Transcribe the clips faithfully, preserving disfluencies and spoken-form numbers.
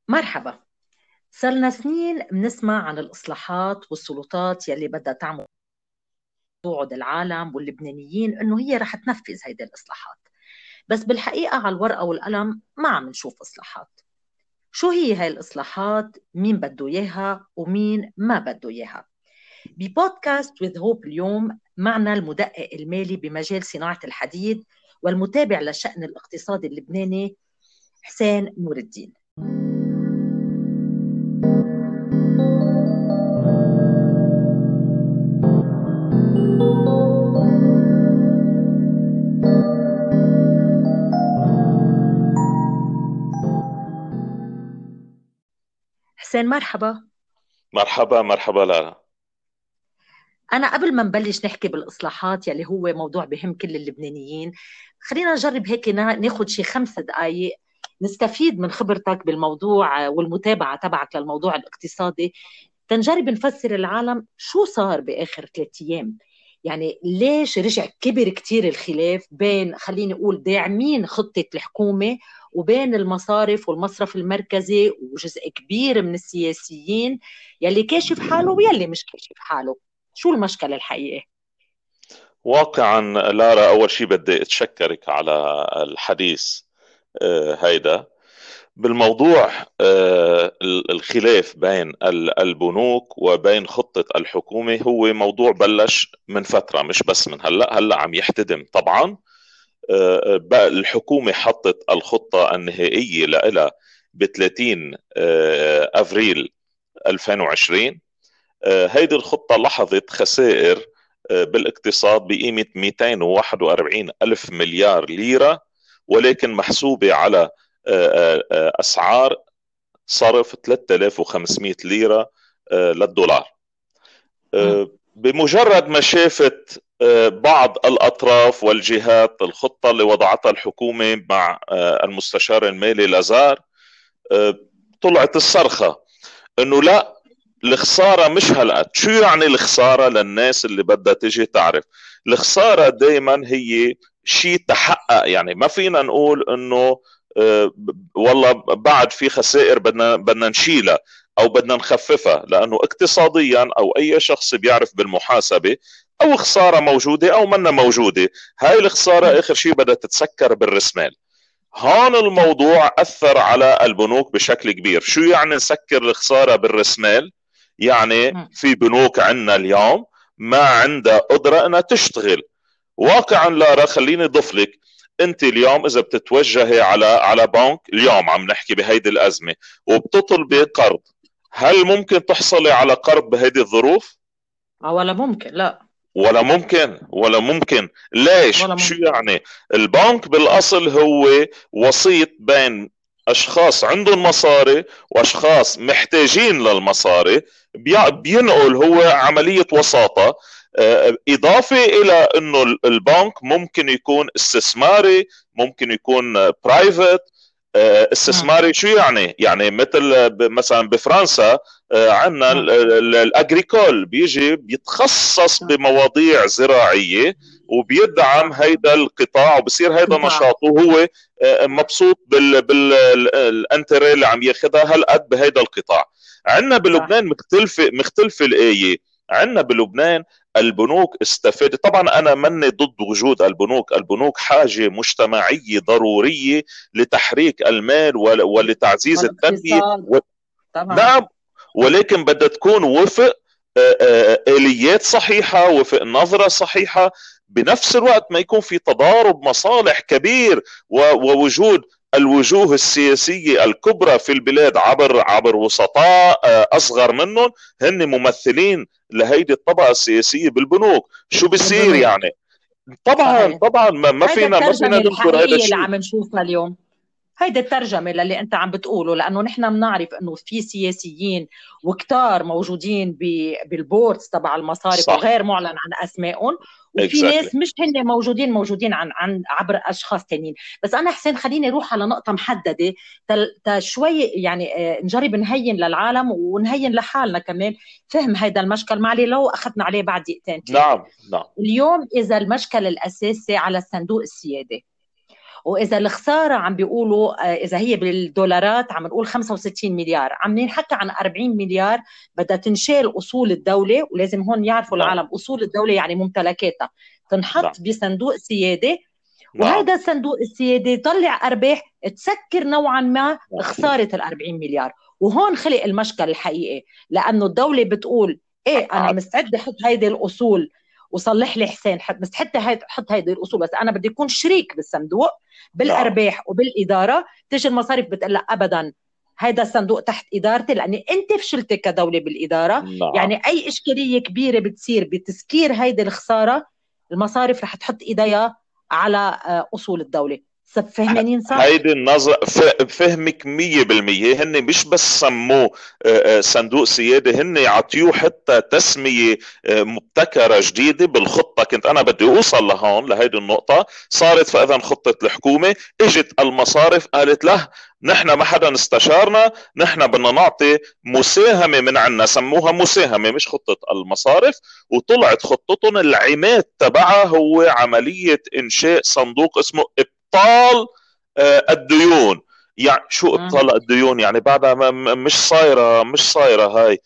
مرحبا. صرنا سنين بنسمع عن الإصلاحات والسلطات يلي بدها تعمل توعد العالم واللبنانيين إنه هي رح تنفذ هيدي الإصلاحات. بس بالحقيقة على الورقة والقلم ما عم نشوف إصلاحات. شو هي هاي الإصلاحات؟ مين بده إياها ومين ما بده إياها؟ ببودكاست with hope اليوم معنا المدقق المالي بمجال صناعة الحديد والمتابع للشأن الاقتصادي اللبناني حسين نور الدين. حسين مرحبا. مرحبا مرحبا لا. أنا قبل ما نبلش نحكي بالإصلاحات يلي هو موضوع بهم كل اللبنانيين، خلينا نجرب هيك نا- ناخد شي خمس دقايق نستفيد من خبرتك بالموضوع والمتابعة تبعك للموضوع الاقتصادي، تنجرب نفسر العالم شو صار بآخر ثلاثة أيام. يعني ليش رجع كبر كتير الخلاف بين خليني أقول داعمين خطة الحكومة وبين المصارف والمصرف المركزي وجزء كبير من السياسيين يلي كاشف حاله ويلي مش كاشف حاله. شو المشكلة الحقيقة؟ واقعا لارا، أول شيء بدي أتشكرك على الحديث. آه، هيدا بالموضوع. آه، الخلاف بين ال- البنوك وبين خطة الحكومة هو موضوع بلش من فترة، مش بس من هلأ هلأ عم يحتدم طبعا. آه، بقى الحكومة حطت الخطة النهائية لها ب ثلاثين آه، أفريل ألفين وعشرين. آه، هيدي الخطة لاحظت خسائر آه، بالاقتصاد بقيمة مئتين وواحد وأربعين ألف مليار ليرة، ولكن محسوبة على آه، آه، أسعار صرف ثلاثة آلاف وخمسمئة ليرة آه، للدولار. مم. آه، بمجرد ما شافت آه، بعض الأطراف والجهات الخطة اللي وضعتها الحكومة مع آه، المستشار المالي لازار، آه، طلعت الصرخة انه لا، الخسارة مش هالقد. شو يعني الخسارة للناس اللي بدها تجي تعرف؟ الخسارة دايما هي شيء تحقق، يعني ما فينا نقول انه آه، والله بعد في خسائر بدنا بدنا نشيلها او بدنا نخففها، لانه اقتصاديا او اي شخص بيعرف بالمحاسبة او خسارة موجودة او منا موجودة، هاي الخسارة مم. اخر شيء بدها تتسكر بالرسمال. هون الموضوع أثر على البنوك بشكل كبير. شو يعني نسكر الخسارة بالرسمال؟ يعني مم. في بنوك عندنا اليوم ما عندها قدرة أنها تشتغل. واقعا لارا، خليني أضيف لك، أنت اليوم إذا بتتوجهي على على بنك، اليوم عم نحكي بهيدي الأزمة وبتطلبي نعم. قرض، هل ممكن تحصلي على قرض بهيدي الظروف؟ آه، ولا ممكن، لا. ولا ممكن ولا ممكن. ليش؟ ولا شو ممكن. يعني؟ البنك بالاصل هو وسيط بين اشخاص عندهم مصاري واشخاص محتاجين للمصاري، بي- بينقل، هو عملية وساطة. آه، اضافة الى انه البنك ممكن يكون استثماري، ممكن يكون برايفت. مم. استثماري شو يعني؟ يعني مثل ب- مثلا بفرنسا عندنا مم. الاجريكول بيجي بيتخصص صح. بمواضيع زراعيه وبيدعم صح. هيدا القطاع، وبصير هيدا قطاع. نشاطه، وهو آه، مبسوط بال بالانتري اللي عم ياخذها هالقد بهيدا القطاع. عندنا صح. بلبنان مختلفه مختلفه الايه. عندنا بلبنان البنوك استفادت. طبعا انا مني ضد وجود البنوك، البنوك حاجه مجتمعيه ضروريه لتحريك المال ول- ولتعزيز التنميه. والاقتصاد. طبعا. نعم، ولكن بدها تكون وفق آه، آه، آليات صحيحة، وفق نظرة صحيحة، بنفس الوقت ما يكون في تضارب مصالح كبير و- ووجود الوجوه السياسية الكبرى في البلاد عبر عبر وسطاء آه، أصغر منهم، هن ممثلين لهيدي الطبقة السياسية بالبنوك. شو بصير بالبنوك. يعني؟ طبعا صحيح. طبعا ما ما هيدا فينا ما فينا الترجمة ننكر هذا الحقيقية اللي الشيء. عم نشوفها اليوم. هيدي الترجمة للي أنت عم بتقوله، لأنه نحن بنعرف أنه في سياسيين وكتار موجودين ب- بالبورتس تبع المصارف صح. وغير معلن عن أسمائهم، وفي اكزاكتلي. ناس مش هن موجودين موجودين عن عن عبر أشخاص تانيين. بس أنا حسين خليني أروح على نقطة محددة، تل تا شوي يعني آه، نجرب نهين للعالم ونهين لحالنا كمان فهم هيدا المشكل. معلي لو أخذنا عليه بعد دقيقتين ثلاثة. نعم نعم. اليوم إذا المشكل الأساسي على الصندوق السيادي، واذا الخساره عم بيقولوا اذا هي بالدولارات عم نقول خمسة وستين مليار، عم نحكي عن أربعين مليار بدها تنشال اصول الدوله. ولازم هون يعرفوا نعم. العالم اصول الدوله يعني ممتلكاتها تنحط نعم. بصندوق سياده، نعم. وهذا الصندوق السيادي يطلع ارباح تسكر نوعا ما خساره ال أربعين مليار. وهون خلق المشكل الحقيقي، لانه الدوله بتقول ايه انا مستعده احط هيدي الاصول وصلح لي حسين، مستعده هيد احط هيدي الاصول، بس انا بدي اكون شريك بالصندوق بالارباح وبالاداره. تيجي المصارف بتقول لا ابدا، هيدا الصندوق تحت ادارتي لاني انت فشلت كدوله بالاداره. نعم. يعني اي اشكاليه كبيره بتصير بتسكير هيدي الخساره، المصارف رح تحط ايديها على اصول الدوله. فهمانين صح؟ هيدي النظر فهمك مية بالمية. هن مش بس سموه صندوق سيادي، هن يعطيوه حتى تسمية مبتكرة جديدة بالخطة. كنت أنا بدي أوصل لهون لهيدي النقطة. صارت فإذا خطة الحكومة، اجت المصارف قالت له نحن ما حدا استشارنا، نحن بدنا نعطي مساهمة من عنا، سموها مساهمة مش خطة المصارف. وطلعت خطتهم العماد تبعها هو عملية إنشاء صندوق اسمه ابطال الديون. يعني شو ابطال الديون؟ يعني بعدها مش صايره مش صايره هاي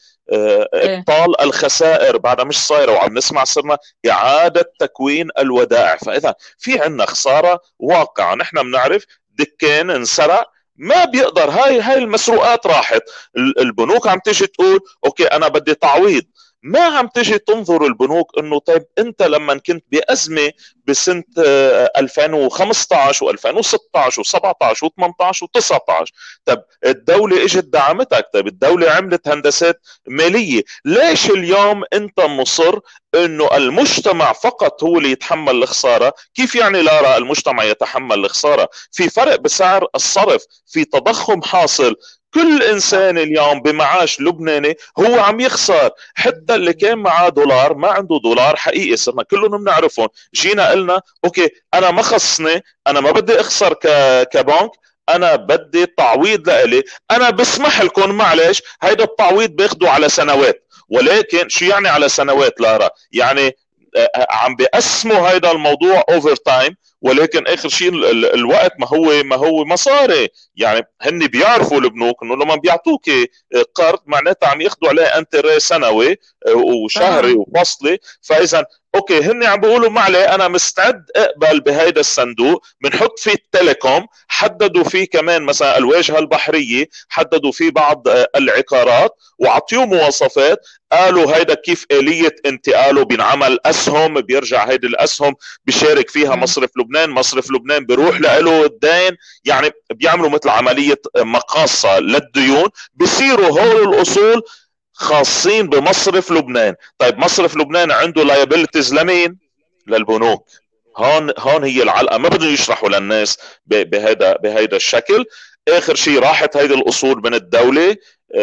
ابطال الخسائر، بعدها مش صايره. وعم نسمع صرنا اعاده تكوين الودائع. فاذا في عندنا خساره واقعه. نحن بنعرف دكان انسرق، ما بيقدر، هاي هاي المسروقات راحت. البنوك عم تيجي تقول اوكي انا بدي تعويض. ما عم تجي تنظر البنوك انه طيب انت لما كنت بأزمة بسنة ألفين وخمسطعش و2016 و17 و18 و19، طب الدولة اجت دعمتك، طيب الدولة عملت هندسات مالية. ليش اليوم انت مصر انه المجتمع فقط هو اللي يتحمل الخسارة؟ كيف يعني لارا المجتمع يتحمل الخسارة؟ في فرق بسعر الصرف، في تضخم حاصل. كل انسان اليوم بمعاش لبناني هو عم يخسر. حتى اللي كان معاه دولار ما عنده دولار حقيقي، صرنا كلهم بنعرفهم. جينا قلنا اوكي انا ما خصني، انا ما بدي اخسر كبنك، انا بدي تعويض لإلي. انا بسمح لكم معلش هيدا التعويض باخده على سنوات. ولكن شو يعني على سنوات لارا؟ يعني عم بيقسموا هيدا الموضوع اوفر تايم، ولكن اخر شيء الوقت ما هو ما هو مصاري. يعني هن بيعرفوا البنوك انه لما بيعطوك قرض معناتها عم ياخذوا عليه انتري سنوي وشهري وفصلي. فاذا اوكي هن عم بيقولوا ما عليه، انا مستعد اقبل بهيدا الصندوق. بنحط فيه التليكوم، حددوا فيه كمان مثلا الواجهه البحريه، حددوا فيه بعض العقارات وعطيوه مواصفات. قالوا هيدا كيف آلية انتقاله، بينعمل أسهم، بيرجع هيدي الأسهم بيشارك فيها مصرف لبنان، مصرف لبنان بيروح له الدين. يعني بيعملوا مثل عملية مقاصة للديون، بيصيروا هول الأصول خاصين بمصرف لبنان. طيب مصرف لبنان عنده لايبيلتيز لمين؟ للبنوك. هون هون هي العلقة. ما بدهم يشرحوا للناس بهذا بهذا الشكل. آخر شيء راحت هيدي الأصول من الدولة،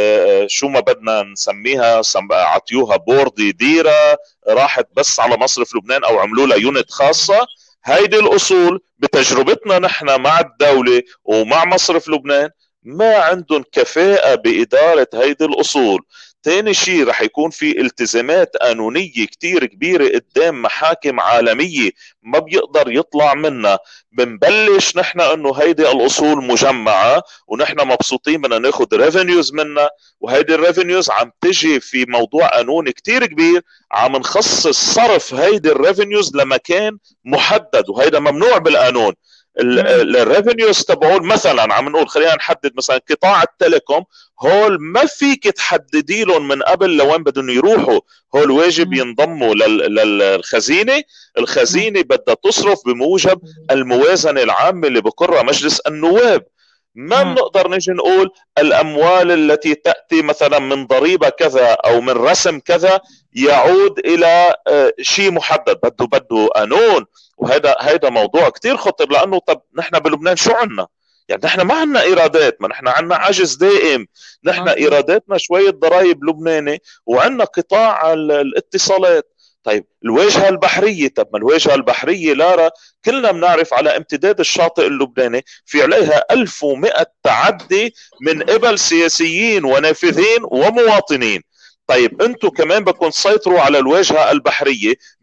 شو ما بدنا نسميها، عطيوها بورد يديرها، راحت بس على مصرف لبنان او عملوا لها يونت خاصة. هيدي الاصول بتجربتنا نحن مع الدولة ومع مصرف لبنان ما عندهم كفاءة بإدارة هيدي الاصول. تاني شيء رح يكون في التزامات قانونية كتير كبيرة قدام محاكم عالمية ما بيقدر يطلع منها. بنبلش نحن انه هيدي الاصول مجمعة ونحن مبسوطين بدنا ناخد ريفينيوز منها، وهيدي الريفينيوز عم تجي في موضوع قانوني كتير كبير عم نخصص صرف هيدي الريفينيوز لمكان محدد، وهيدا ممنوع بالقانون. الريفينيوز تبعون مثلا عم نقول خلينا نحدد مثلا قطاع التليكوم، هول ما فيك تحددي لهم من قبل لوين بدهم يروحوا. هول واجب ينضموا للخزينة. الخزينة بدها تصرف بموجب الموازنة العامة اللي بقرها مجلس النواب. ما بنقدر نجي نقول الأموال التي تأتي مثلا من ضريبة كذا أو من رسم كذا يعود إلى شيء محدد. بده بده قانون. وهذا هيدا موضوع كتير خطر، لأنه طب نحن بلبنان شو عنا؟ يعني نحن ما عنا إيرادات، ما نحن عنا عجز دائم. نحن إيراداتنا شوية ضرائب لبناني، وعنا قطاع الاتصالات. طيب الواجهة البحرية، طب ما الواجهة البحرية لارا كلنا بنعرف على امتداد الشاطئ اللبناني في عليها ألف ومئة تعدي من قبل سياسيين ونافذين ومواطنين. طيب انتم كمان بدكم تسيطروا على الواجهة البحرية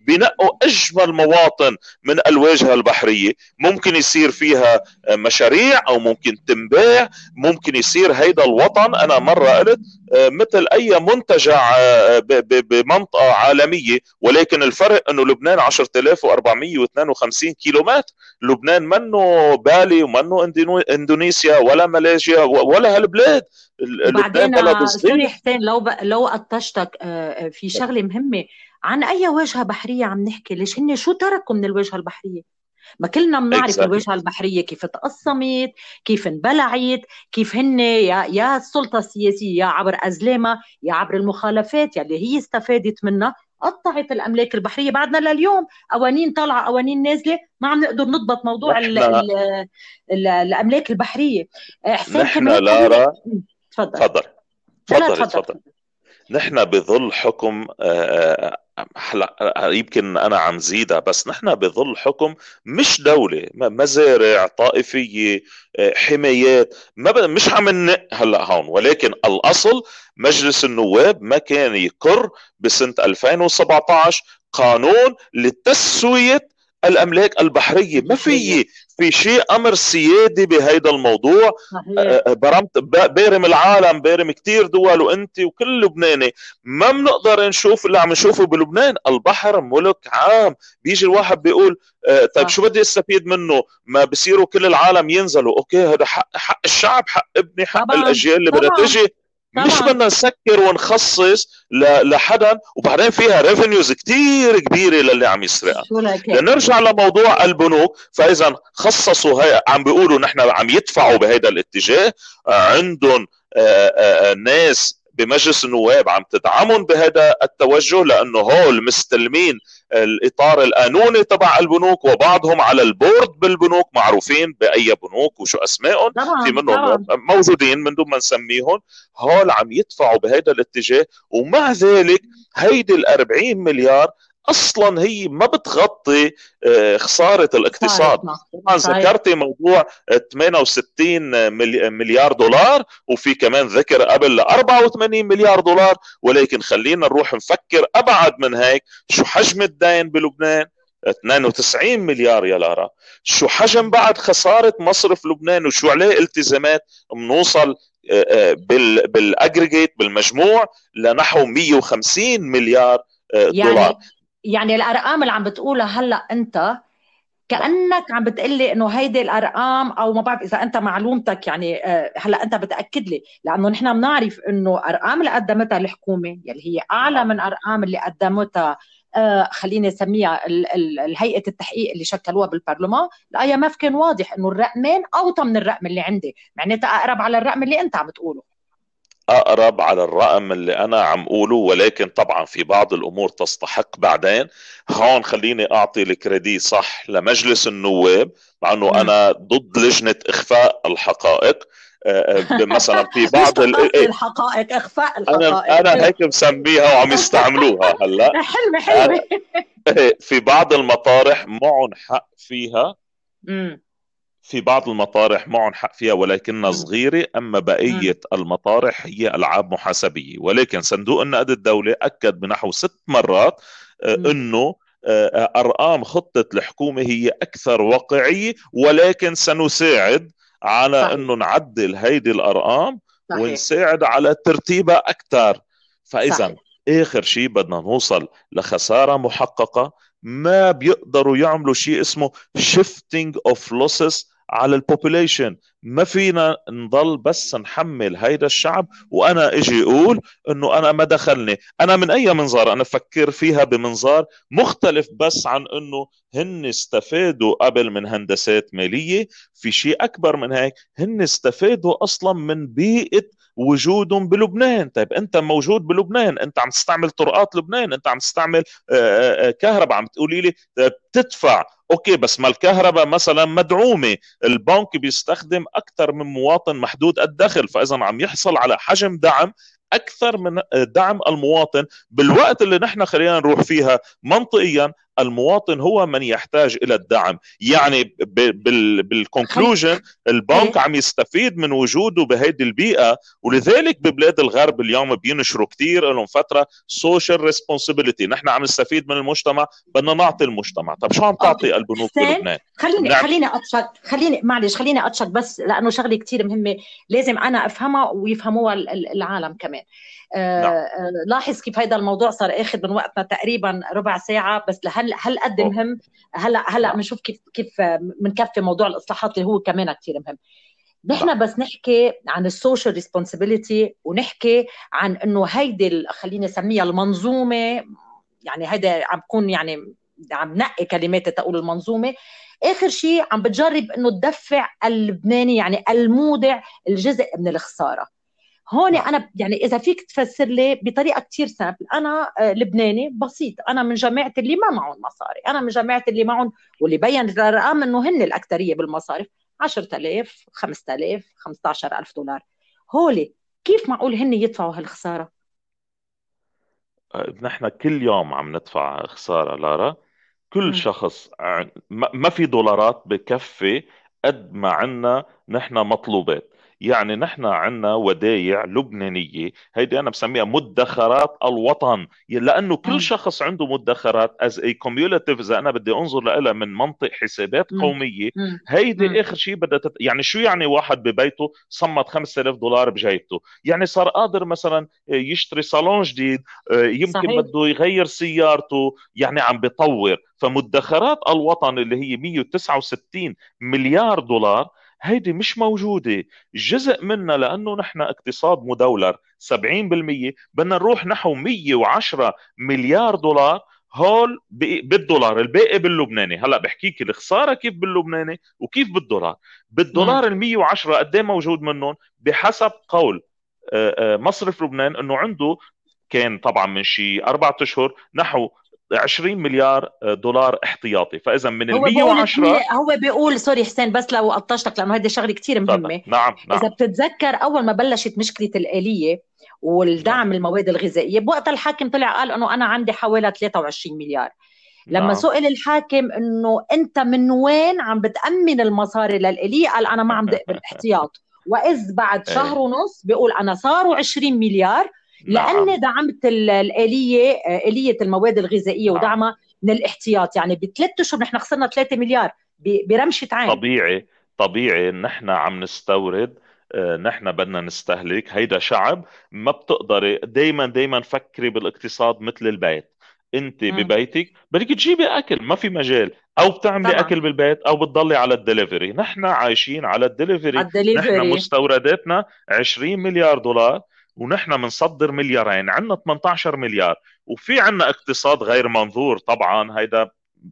بنقوا اجمل مواطن من الواجهه البحريه، ممكن يصير فيها مشاريع او ممكن تنباع، ممكن يصير هيدا الوطن. انا مره قلت مثل اي منتجع بمنطقه عالميه، ولكن الفرق انه لبنان عشرة آلاف وأربعمية واثنين وخمسين كيلومتر. لبنان منه بالي ومنه اندونيسيا ولا ماليزيا ولا هالبلاد. لبنان وبعدين بلد سوري صغير. حسين، لو ب... لو قطشتك في شغله مهمه، عن اي واجهه بحريه عم نحكي؟ ليش هن شو تركوا من الواجهه البحريه؟ ما كلنا بنعرف exactly. الواجهه البحريه كيف تقسمت، كيف انبلعت، كيف هن يا يا السلطه السياسيه يا عبر ازلامها يا عبر المخالفات يلي هي استفادت منها قطعت الاملاك البحريه. بعدنا لليوم قوانين طالعه قوانين نازله، ما عم نقدر نضبط موضوع ال نحن ال ال الاملاك البحريه. حسين نحن كمان خليني. لارا، تفضل. تفضل لا لا تفضل تفضل تفضل. تفضل. نحن بظل حكم آه، آه، هلا يمكن انا عم زيدها، بس نحن بظل حكم مش دولة، م- مزارع طائفية، آه، حمايات. ما ب... مش عم ننق هلا هون، ولكن الاصل مجلس النواب ما كان يقر بسنة ألفين وسبعطعش قانون لتسوية الاملاك البحرية. ما البحريه. في في شيء امر سيادي بهيدا الموضوع. صحيح. برمت بارم العالم، بارم كتير دول، وانت وكل لبناني ما بنقدر نشوف اللي عم نشوفه بلبنان. البحر ملك عام. بيجي الواحد بيقول آه طيب صح. شو بدي استفيد منه؟ ما بصيروا كل العالم ينزلوا. اوكي، هذا حق, حق الشعب، حق ابني، حق طبعا الاجيال اللي بدها طبعا تجي. مش طبعا. بدنا نسكر ونخصص لحدا، وبعدين فيها ريفينيوز كتير كبيره للي عم يسرقها. شو لك هيك؟ لنرجع لموضوع البنوك، فاذا خصصوا هي، عم بيقولوا نحن عم يدفعوا بهذا الاتجاه. عندهم ناس بمجلس النواب عم تدعمهم بهذا التوجه، لانه هول مستلمين الاطار القانوني تبع البنوك، وبعضهم على البورد بالبنوك، معروفين باي بنوك وشو اسمائهم، في طبعا منهم طبعا. موجودين من دون ما نسميهم. هول عم يدفعوا بهذا الاتجاه، ومع ذلك هيدي ال أربعين مليار اصلا هي ما بتغطي خساره الاقتصاد. صارتنا. طبعا صحيح. ذكرتي موضوع ثمانية وستين مليار دولار، وفي كمان ذكر قبل ل أربعة وثمانين مليار دولار، ولكن خلينا نروح نفكر ابعد من هيك. شو حجم الدين بلبنان؟ اثنين وتسعين مليار يا لارا. شو حجم بعد خساره مصرف لبنان، وشو عليه التزامات؟ بنوصل بالاجريجيت بالمجموع لنحو مية وخمسين مليار دولار. يعني يعني الارقام اللي عم بتقولها هلا انت كأنك عم بتقلي انه هيدي الارقام، او ما بعرف اذا انت معلومتك يعني هلا انت بتاكد لي، لانه نحن بنعرف انه ارقام اللي قدمتها الحكومه يلي هي اعلى من ارقام اللي قدمتها آه خليني اسميها الهيئه التحقيق اللي شكلوها بالبرلمان. الاي ام اف كان واضح انه الرقمين اوطى من الرقم اللي عندي، معناتها اقرب على الرقم اللي انت عم تقوله. اقرب على الرقم اللي انا عم اقوله، ولكن طبعا في بعض الامور تستحق بعدين. هون خليني اعطي الكريدي صح لمجلس النواب، مع انه انا ضد لجنة اخفاء الحقائق. مثلا في بعض مش تفاصيل الحقائق، اخفاء الحقائق. انا انا هيك مسميها وعم يستعملوها هلا. حلوه حلوه. في بعض المطارح معهم حق فيها، امم في بعض المطارح معهم حق فيها ولكنها صغيرة. أما بقية المطارح هي ألعاب محاسبية. ولكن صندوق النقد الدولي أكد بنحو ست مرات أنه أرقام خطة الحكومة هي أكثر واقعية، ولكن سنساعد على صحيح. أنه نعدل هيدي الأرقام صحيح. ونساعد على ترتيبها أكثر. فإذا صحيح. آخر شيء بدنا نوصل لخسارة محققة. ما بيقدروا يعملوا شيء اسمه shifting of losses على البوبوليشن. ما فينا نضل بس نحمل هيدا الشعب وانا اجي اقول انه انا ما دخلني. انا من اي منظار انا فكر فيها بمنظار مختلف، بس عن انه هن استفادوا قبل من هندسات مالية. في شيء اكبر من هيك، هن استفادوا اصلا من بيئة وجودهم بلبنان. طيب انت موجود بلبنان، انت عم تستعمل طرقات لبنان، انت عم تستعمل كهرباء، عم تقولي لي بتدفع. اوكي، بس ما الكهرباء مثلا مدعومه، البنك بيستخدم اكثر من مواطن محدود الدخل، فاذا عم يحصل على حجم دعم اكثر من دعم المواطن بالوقت اللي نحن خلينا نروح فيها منطقيا. المواطن هو من يحتاج الى الدعم. يعني بالكونكلوجن البنك عم يستفيد من وجوده بهيدي البيئه، ولذلك ببلاد الغرب اليوم بينشروا كثير لهم فتره سوشيال ريسبونسبيلتي، نحن عم نستفيد من المجتمع بدنا نعطي المجتمع. طب شو عم تعطي البنوك بلبنان؟ خليني نعم. خليني اطشك خليني معلش خليني اطشك بس لانه شغله كثير مهمه لازم انا افهمها ويفهموها العالم كمان. نعم. آه لاحظ كيف هذا الموضوع صار اخذ من وقتنا تقريبا ربع ساعه، بس هل هل قد مهم. هلا هلا نعم. بنشوف كيف كيف بنكفي موضوع الاصلاحات اللي هو كمان كثير مهم. نحن بس نحكي عن السوشيال ريسبونسبيلتي ونحكي عن انه هيدي خليني اسميها المنظومه، يعني هيدا عم بكون يعني عم نقي كلمات تقول المنظومه. اخر شيء عم بتجرب انه تدفع اللبناني يعني المودع الجزء من الخساره. هون نعم. انا يعني اذا فيك تفسر لي بطريقه كثير سهله. انا لبناني بسيط، انا من جماعه اللي ما معهم مصاري، انا من جماعه اللي معهم واللي بين الارقام انه هن الاكثريه بالمصارف، عشرة آلاف خمسة آلاف خمسة عشر ألف دولار. هولي كيف معقول هن يدفعوا هالخساره؟ نحن كل يوم عم ندفع خساره لارا. كل م. شخص ما في دولارات بكفي قد ما عنا نحن مطلوبات. يعني نحن عنا ودايع لبنانية، هيدي أنا بسميها مدخرات الوطن، لأنه كل م. شخص عنده مدخرات as a cumulative. إذا أنا بدي أنظر لها من منطق حسابات م. قومية، م. هيدي م. آخر شيء بدها تت... يعني شو يعني واحد ببيته صمت خمسة آلاف دولار بجيبته، يعني صار قادر مثلا يشتري صالون جديد، يمكن صحيح. بده يغير سيارته، يعني عم بيطور. فمدخرات الوطن اللي هي مية وتسعة وستين مليار دولار هيدي مش موجودة. جزء منها لأنه نحن اقتصاد مدولر سبعين بالمية، بدنا نروح نحو مية وعشرة مليار دولار. هول بالدولار، الباقي باللبناني. هلا بحكيك الخساره كيف باللبناني وكيف بالدولار. م. بالدولار ال مية وعشرة قد ايه موجود منهم؟ بحسب قول مصرف لبنان انه عنده، كان طبعا من شي أربعة أشهر، نحو عشرين مليار دولار احتياطي. فإذا من ال هو بيقول مية وعشرة. هو بيقول سوري حسين بس لو قطشتك لانه هذه شغله كثير تفضل. مهمه. نعم. اذا نعم. بتتذكر اول ما بلشت مشكله الآلية نعم. والدعم المواد الغذائيه، بوقتها الحاكم طلع قال انه انا عندي حوالي ثلاثة وعشرين مليار. لما نعم. سئل الحاكم انه انت من وين عم بتأمن المصاري للآلية، قال انا ما عم بقبل احتياط. واذ بعد شهر ايه. ونص بيقول انا صاروا عشرين مليار نعم. لاني دعمت الآلية آلية المواد الغذائيه نعم. ودعمها من الاحتياط. يعني بثلاث اشهر نحن خسرنا ثلاثة مليار برمشه عين. طبيعي. طبيعي نحن عم نستورد، آه، نحن بدنا نستهلك. هيدا شعب ما بتقدري دايما دايما فكري بالاقتصاد مثل البيت. انت مم. ببيتك بدك تجيبي اكل، ما في مجال، او بتعملي طبعا اكل بالبيت او بتضلي على الدليفري. نحن عايشين على الدليفري. على نحن الدليفري. مستورداتنا عشرين مليار دولار، ونحن بنصدر مليارين، عندنا ثمانية عشر مليار. وفي عندنا اقتصاد غير منظور طبعا، هيدا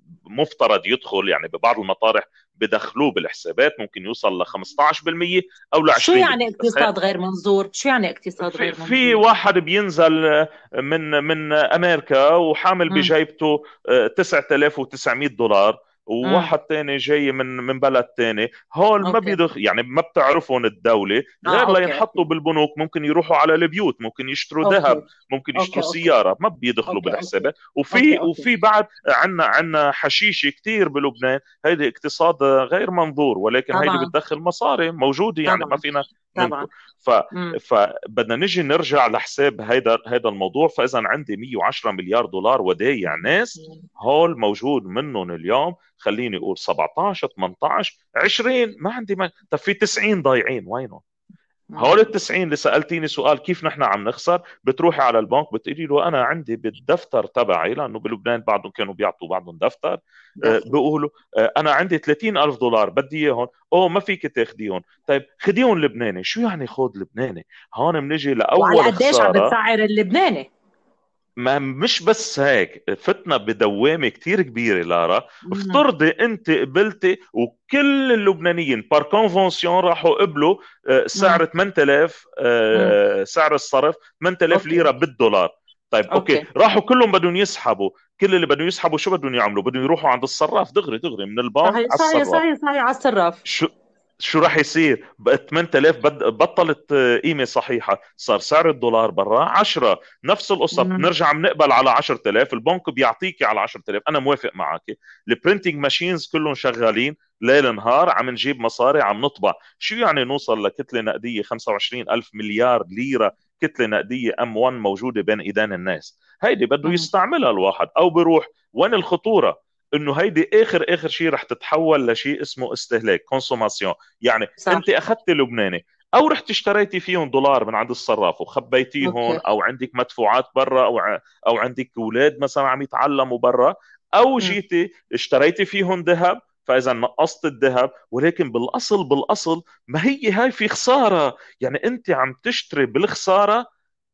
مفترض يدخل يعني ببعض المطارح بدخلوه بالحسابات، ممكن يوصل ل خمسة عشر بالمية او ل شو يعني عشرين بالمية. بس اقتصاد غير منظور؟ شو يعني اقتصاد في غير في منظور؟ واحد بينزل من من امريكا وحامل مم. بجيبته تسعة آلاف وتسعمية دولار، مم. وواحد تاني جاي من من بلد تاني. هول ما اوكي. بيدخ يعني ما بتعرفهم الدولة اه غير اوكي لينحطوا اوكي بالبنوك. ممكن يروحوا على البيوت، ممكن يشتروا اوكي ذهب، ممكن اوكي يشتروا اوكي سيارة، ما بيدخلوا اوكي اوكي بالحسابات. اوكي وفي اوكي وفي بعد عنا عنا حشيشة كتير بلبنان. هيدي اقتصاد غير منظور، ولكن هيدي طبعا بتدخل مصاري موجودة، يعني ما طبعا فينا ننكر. طبعا. ف مم. فبدنا نجي نرجع لحساب هيدا هيدا الموضوع. فاذا عندي مية وعشرة مليار دولار ودايع ناس، هول موجود منهم اليوم خليني اقول سبعطعش ثمانطعش عشرين، ما عندي ما... طب في تسعين ضايعين، وينهم؟ هول ال مم. تسعين اللي سالتيني سؤال كيف نحن عم نخسر، بتروحي على البنك بتقولي له انا عندي بالدفتر تبعي، لانه بلبنان بعضهم كانوا بيعطوا بعضهم دفتر، آه، دفتر. بيقولوا آه، انا عندي ثلاثين ألف دولار بدي اياهم. اوه ما فيك تاخديهم. طيب خديهم لبناني. شو يعني خود لبناني؟ هون بنجي وعلى لاول قديش عم خساره. بتسعر اللبناني؟ ما مش بس هيك، فتنا بدوامه كتير كبيره لارا. مم. افترضي انت قبلتي وكل اللبنانيين بار كونفنسيون راحوا قبلوا آه، مم. سعر ثمانية آلاف، مم. آه، سعر الصرف ثمانية آلاف اوكي ليره بالدولار. طيب اوكي، اوكي. راحوا كلهم بدهم يسحبوا. كل اللي بدهم يسحبوا شو بدهم يعملوا؟ بدهم يروحوا عند الصراف دغري دغري من البنك صحيح على صحيح الصراف. صحيح صحيح على الصراف. شو شو راح يصير؟ بقت ثمانية آلاف، بد- بطلت آه، قيمة صحيحة، صار سعر الدولار برا عشرة. نفس القصة مم. بنرجع بنقبل على عشرة آلاف، البنك بيعطيكي على عشرة آلاف. أنا موافق معك، البرينتينج ماشينز كلهم شغالين ليل نهار، عم نجيب مصاري، عم نطبع. شو يعني نوصل لكتلة نقدية خمسة وعشرين ألف مليار ليرة، كتلة نقدية ام واحد موجودة بين ايدين الناس؟ هيدي بده مم. يستعملها الواحد او بيروح. وين الخطورة؟ انه هيدي اخر اخر شيء رح تتحول لشيء اسمه استهلاك، كونسوماسيون. يعني صح. انت اخذت لبناني او رحت اشتريتي فيهم دولار من عند الصراف وخبيتيه هون، اوكي. او عندك مدفوعات برا، او ع- او عندك اولاد مثلا عم يتعلموا برا، او مم. جيتي اشتريتي فيهم ذهب، فاذا نقصت الذهب. ولكن بالاصل بالاصل ما هي هاي في خساره، يعني انت عم تشتري بالخساره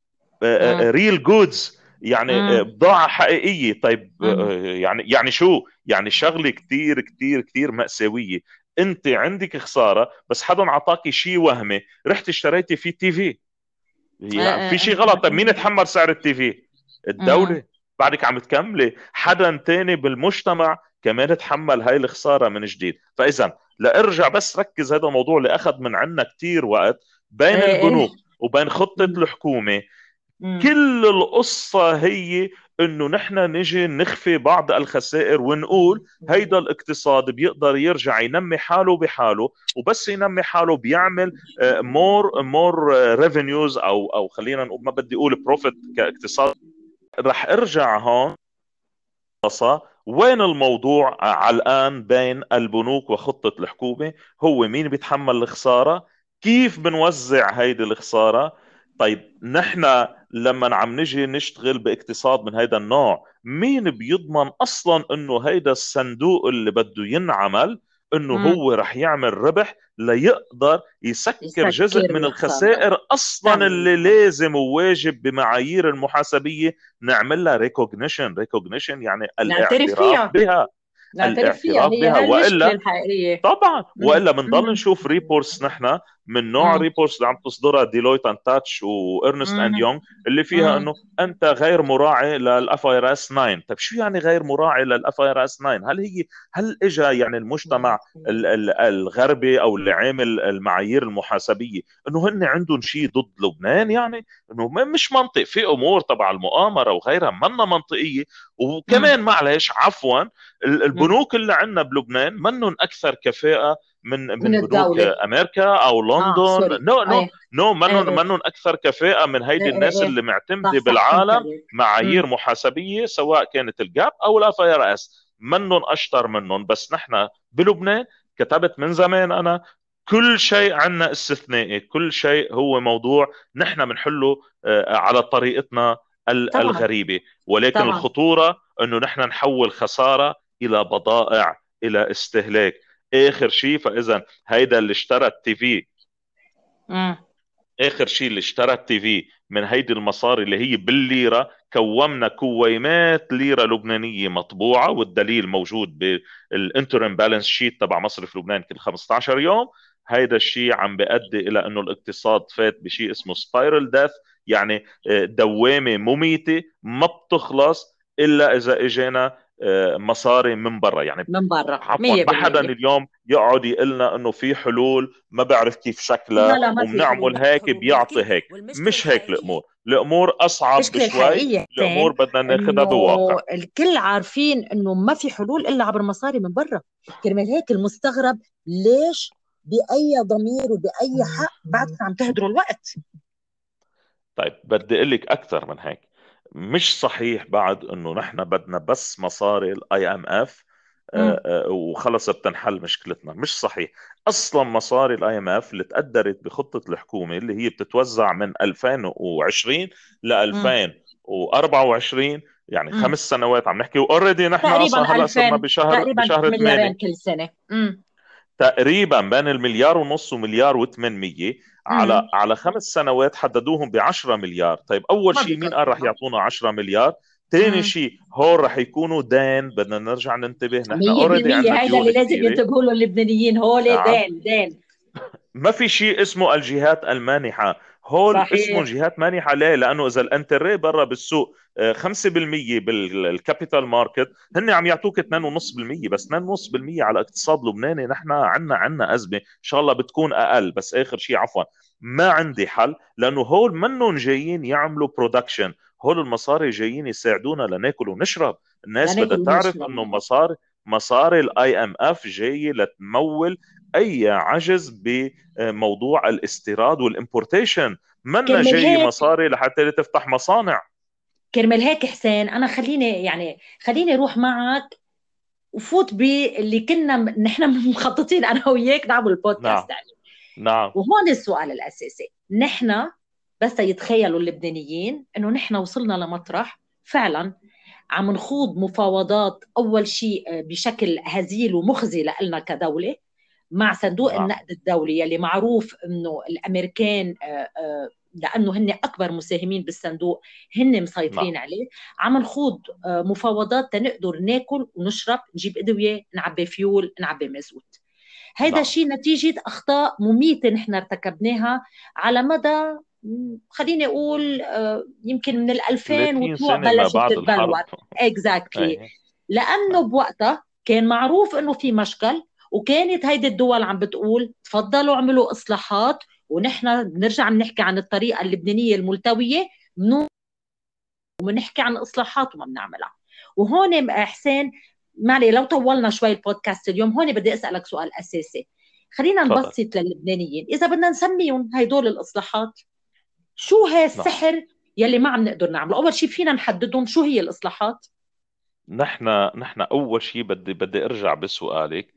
مم. ريل جودز، يعني آه، مم. بضاعة حقيقية. طيب مم. آه، يعني يعني شو يعني؟ شغلة كتير كتير كتير مأساوية. انت عندك خسارة، بس حدا عطاكي شيء وهمي، رحت اشتريتي فيه تي في. آه، يعني في آه، شيء آه. غلط. طيب مين يتحمل سعر التي في؟ مم. الدولة. بعدك عم تكملي حدا تاني بالمجتمع كمان تحمل هاي الخسارة من جديد. فإذا لارجع بس ركز، هذا الموضوع اللي أخذ من عنا كتير وقت، بين ايه ايه. البنوك وبين خطة مم. الحكومة. مم. كل القصة هي انه نحن نجي نخفي بعض الخسائر ونقول هيدا الاقتصاد بيقدر يرجع ينمي حاله بحاله، وبس ينمي حاله بيعمل مور مور ريفينيوز، او او خلينا نقول، ما بدي اقول بروفيت كاقتصاد. رح ارجع هون قصة. وين الموضوع علقان بين البنوك وخطة الحكومة؟ هو مين بيتحمل الخسارة؟ كيف بنوزع هيدي الخسارة؟ طيب نحن لما عم نجي نشتغل باقتصاد من هيدا النوع، مين بيضمن أصلا أنه هيدا الصندوق اللي بده ينعمل أنه مم. هو رح يعمل ربح ليقدر يسكر جزء يسكر من الخسارة. الخسائر أصلا تمام. اللي لازم وواجب بمعايير المحاسبية نعمل لها ريكوجنيشن. ريكوجنيشن يعني نعترف الاعتراف فيها. بها. نعترف فيها، الاعتراف هي بها، هاي المشكلة والا الحقيقية. طبعا، مم. والا بنضل مم. نشوف ريبورتس نحن من نوع مم. ريبورتس اللي عم تصدرها ديلويت اند تاتش وارنست اند مم. يونغ، اللي فيها مم. انه انت غير مراعي للاف اي ار اس تسعة. طيب شو يعني غير مراعي للاف اي ار اس تسعة؟ هل هي هل اجى يعني المجتمع ال- ال- الغربي او اللي عامل المعايير المحاسبيه انه هن عندهم شيء ضد لبنان؟ يعني انه م- مش منطق. في امور تبع المؤامره وغيرها منا منطقيه. مم. وكمان معلش عفوا، ال- مم. البنوك اللي عندنا بلبنان منهم اكثر كفاءه من من من بنوك الدولة. امريكا او اه لندن. سوري. نو نو ايه نو ايه منهم ايه منهم اكثر كفاءه من ايه هيدي ايه الناس ايه. اللي معتمده صح صح، فهمت بالعالم عليك. معايير مم. محاسبيه، سواء كانت الجاب او الاف اي ار اس. منهم اشطر منهم. بس نحن بلبنان، كتبت من زمان انا، كل شيء عنا استثنائي، كل شيء هو موضوع نحن بنحله آه، على طريقتنا ال- طبعا. الغريبة. ولكن طبعا. الخطورة انه نحن نحول خسارة الى بضائع، الى استهلاك. اخر شيء، فاذا هيدا اللي اشترى التي في، مم. اخر شيء اللي اشترى التي في من هيدي المصاري اللي هي بالليره، كومنا كويمات ليره لبنانيه مطبوعه، والدليل موجود بالانترم بالانس شيت تبع مصرف لبنان كل خمسة عشر يوم. هيدا الشيء عم بيؤدي الى انه الاقتصاد فات بشيء اسمه سبايرال ديث، يعني آه، دوامه مميته ما بتخلص الا اذا اجينا آه، مصاري من برا. يعني من برا عفوا، ما حدا مية بالمية. اليوم يقعد يقول لنا انه في حلول ما بعرف كيف لا شكلها لا، ما في حلول. وبنعمل هيك بيعطي هيك. مش هيك الامور. الامور اصعب المشكلة بشوي. الحقيقية الامور حسين بدنا ناخذها انه بواقع. الكل عارفين انه ما في حلول الا عبر مصاري من برا. كرمال هيك المستغرب ليش بأي ضمير وبأي حق بعدكم عم تهدروا الوقت. طيب بدي اقول لك اكثر من هيك. مش صحيح بعد انه نحن بدنا بس مصاري الاي ام اف مم. وخلص بتنحل مشكلتنا. مش صحيح. اصلا مصاري الاي ام اف اللي تقدرت بخطة الحكومة، اللي هي بتتوزع من ألفين وعشرين ل مم. ألفين وأربعة وعشرين، يعني مم. خمس سنوات عم نحكي. واوريدي نحن اصلا تقريبا هلا صرنا ألفين، بشهر تقريبا بشهر مليارين ثمانية. كل سنة. مم. تقريبا بين المليار ونص ومليار و800 مم. على على خمس سنوات، حددوهم ب عشرة مليار. طيب اول ما شيء مين قال رح بيكفونا. يعطونا عشرة مليار؟ ثاني مم. شيء هول رح يكونوا دين. بدنا نرجع ننتبه، نحن مية اوريدي بالمية. عندنا هيدا اللي ديون لازم كثيره. ينتبهوا له اللبنانيين، هول نعم. دين دين. ما في شيء اسمه الجهات المانحة. هول اسمهم صحيح. جهات مانحه. ليه؟ لانه اذا الانتري برا بالسوق آه، خمسة بالمية بالكابيتال ماركت، هن عم يعطوك اثنين فاصلة خمسة بالمية بس. اثنين فاصلة خمسة بالمية على اقتصاد لبناني نحن عنا عنا ازمه، ان شاء الله بتكون اقل. بس اخر شيء عفوا، ما عندي حل، لانه هول منهم جايين يعملوا برودكشن، هول المصاري جايين يساعدونا لناكل ونشرب. الناس بدها لناكل تعرف ونشرب. انه مصاري مصاري الاي ام اف جاي لتمول اي عجز بموضوع الاستيراد والامبورتيشن، منا كرمال جاي هيك مصاري لحتى تفتح مصانع. كرمال هيك حسين، انا خليني يعني خليني اروح معك وفوت باللي كنا م- نحن مخططين انا وياك نعمل نعم. بودكاست عليه. نعم. وهون السؤال الاساسي، نحن بس يتخيلوا اللبنانيين انه نحن وصلنا لمطرح فعلا عم نخوض مفاوضات اول شيء آه، بشكل هزيل ومخزي لنا كدوله مع صندوق نعم. النقد الدولي، يلي معروف انه الامريكان آه، آه، لانه هن اكبر مساهمين بالصندوق هن نعم. مسيطرين عليه. عم نخوض آه، مفاوضات تنقدر ناكل ونشرب، نجيب ادويه، نعبي فيول، نعبي مازوت. هيدا نعم. شيء نتيجة أخطاء مميتة نحن ارتكبناها على مدى م، خليني أقول آه، يمكن من ال ألفين ثلاثين وطلوع سنة ما بلشت بعد تتبلور. الحرب. اكزاكتلي. ايه. لأنه نعم. بوقتها كان معروف إنه في مشكل، وكانت هيدي الدول عم بتقول تفضلوا اعملوا إصلاحات، ونحن بنرجع بنحكي عن الطريقة اللبنانية الملتوية، منو وبنحكي عن إصلاحات وما بنعملها. وهون حسين، معلي لو طولنا شوي البودكاست اليوم، هون بدي أسألك سؤال أساسي. خلينا تفضل. نبسط للبنانيين، إذا بدنا نسميهم هيدول الإصلاحات، شو هي نعم. السحر يلي ما عم نقدر نعمله؟ أول شيء فينا نحددهم شو هي الإصلاحات. نحن نحن اول شيء بدي بدي ارجع بسؤالك.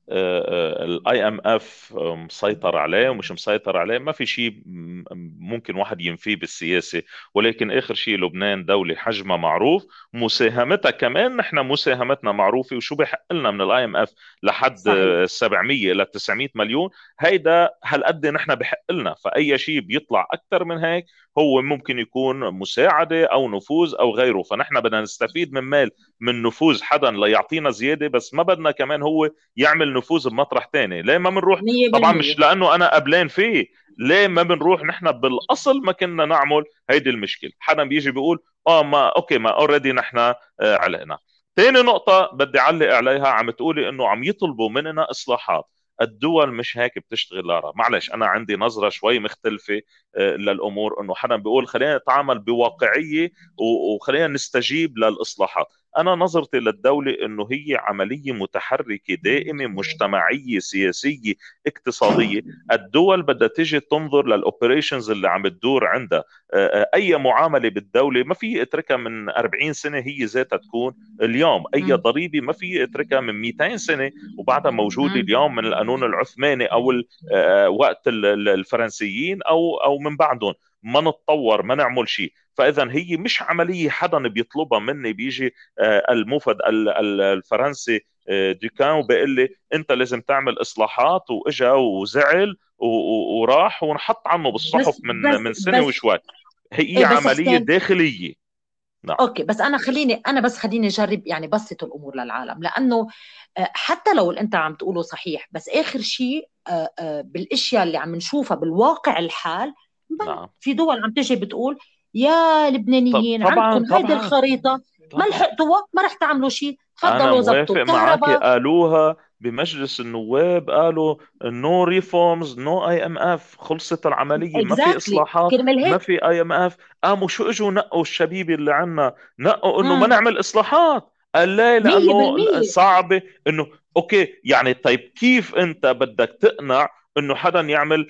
الاي ام اف مسيطر عليه ومش مسيطر عليه، ما في شيء م- ممكن واحد ينفيه بالسياسه. ولكن اخر شيء لبنان دوله حجمها معروف، مساهمتها كمان نحن مساهمتنا معروفه، وشو بحق لنا من الاي ام اف لحد صحيح. آه، سبعمية الى تسعمية مليون. هيدا هالقد نحن بحق لنا، فاي شيء بيطلع اكثر من هيك هو ممكن يكون مساعده او نفوذ او غيره. فنحن بدنا نستفيد من مال، من نفوذ حدا ليعطينا زياده، بس ما بدنا كمان هو يعمل نفوذ بمطرح تاني. ليه ما بنروح؟ طبعا مش مية بالمية. لانه انا قبلان فيه، ليه ما بنروح نحن بالاصل ما كنا نعمل هيدي المشكله؟ حدا بيجي بيقول اه ما اوكي ما اوريدي نحن آه علينا. تاني نقطة بدي أعلق عليها، عم تقولي إنه عم يطلبوا مننا إصلاحات. الدول مش هيك بتشتغل لارا، معلش أنا عندي نظرة شوي مختلفة آه، للأمور. إنه حدا بيقول خلينا نتعامل بواقعية و- وخلينا نستجيب للإصلاحات. أنا نظرتي للدولة إنه هي عملية متحركة دائمة، مجتمعية سياسية اقتصادية. الدول بدها تيجي تنظر للأوبريشنز اللي عم تدور عندها. آه، آه، أي معاملة بالدولة ما في اتركها من أربعين سنة هي ذاتها تكون اليوم. أي مم. ضريبة ما في اتركها من مئتين سنة وبعدها موجودة مم. اليوم، من القانون العثماني أو ال- آه، وقت ال- ال- الفرنسيين أو أو من بعدهم. ما نتطور، ما نعمل شيء. فاذا هي مش عمليه حدا بيطلبها مني. بيجي آه، الموفد ال- ال- الفرنسي آه، دوكان وبيقول لي انت لازم تعمل اصلاحات، واجا وزعل و- و- وراح ونحط عنه بالصحف بس من بس من سنه بس وشوي. هي إيه بس عمليه حسين، داخليه. نعم. اوكي، بس انا خليني انا بس خليني اجرب يعني بسط الامور للعالم، لانه آه، حتى لو اللي انت عم تقوله صحيح، بس اخر شيء آه، آه، بالاشياء اللي عم نشوفها بالواقع الحال، بل نعم. في دول عم تجي بتقول يا طب لبنانيين طبعا عندكم هيدي طبعا الخريطة، ما طبعا لحقتوها، ما رح تعملوا شيء، انا تفضلوا زبطوا موافق معك. الكهرباء. قالوها بمجلس النواب، قالوا نو ريفورمز نو اي ام اف. خلصت العمليه، ما في اكزاكتلي. اصلاحات، كرمال ما هيك. في اي ام اف. قاموا شو اجوا نقوا الشبيبه اللي عنا، نقوا انه ما نعمل اصلاحات. قال ليه؟ لانه مية بالمية. صعبه. انه اوكي يعني طيب كيف انت بدك تقنع انه حدا يعمل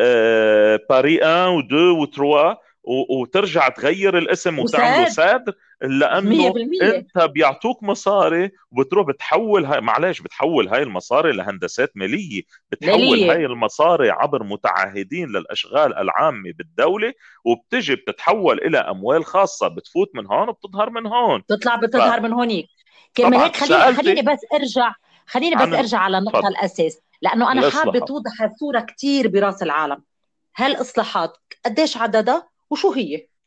باري واحد و2 و3 وترجع تغير الاسم وتعمله وساد. ساد؟ لانه مية بالمية. انت بيعطوك مصاري وبتروح بتحول هاي، معلش بتحول هاي المصاري لهندسات ماليه، بتحول مالية. هاي المصاري عبر متعهدين للاشغال العامه بالدوله، وبتجي بتتحول الى اموال خاصه، بتفوت من هون وبتظهر من هون. تطلع بتظهر من هونيك. كرمال فطبعا هيك خليني خليني سالتي بس ارجع خليني بس عن ال... ارجع على النقطة تفضل. الأساس، لأنه أنا حابة الاصلاحات. توضح الصورة كتير براس العالم. هالإصلاحات قديش عددها وشو هي؟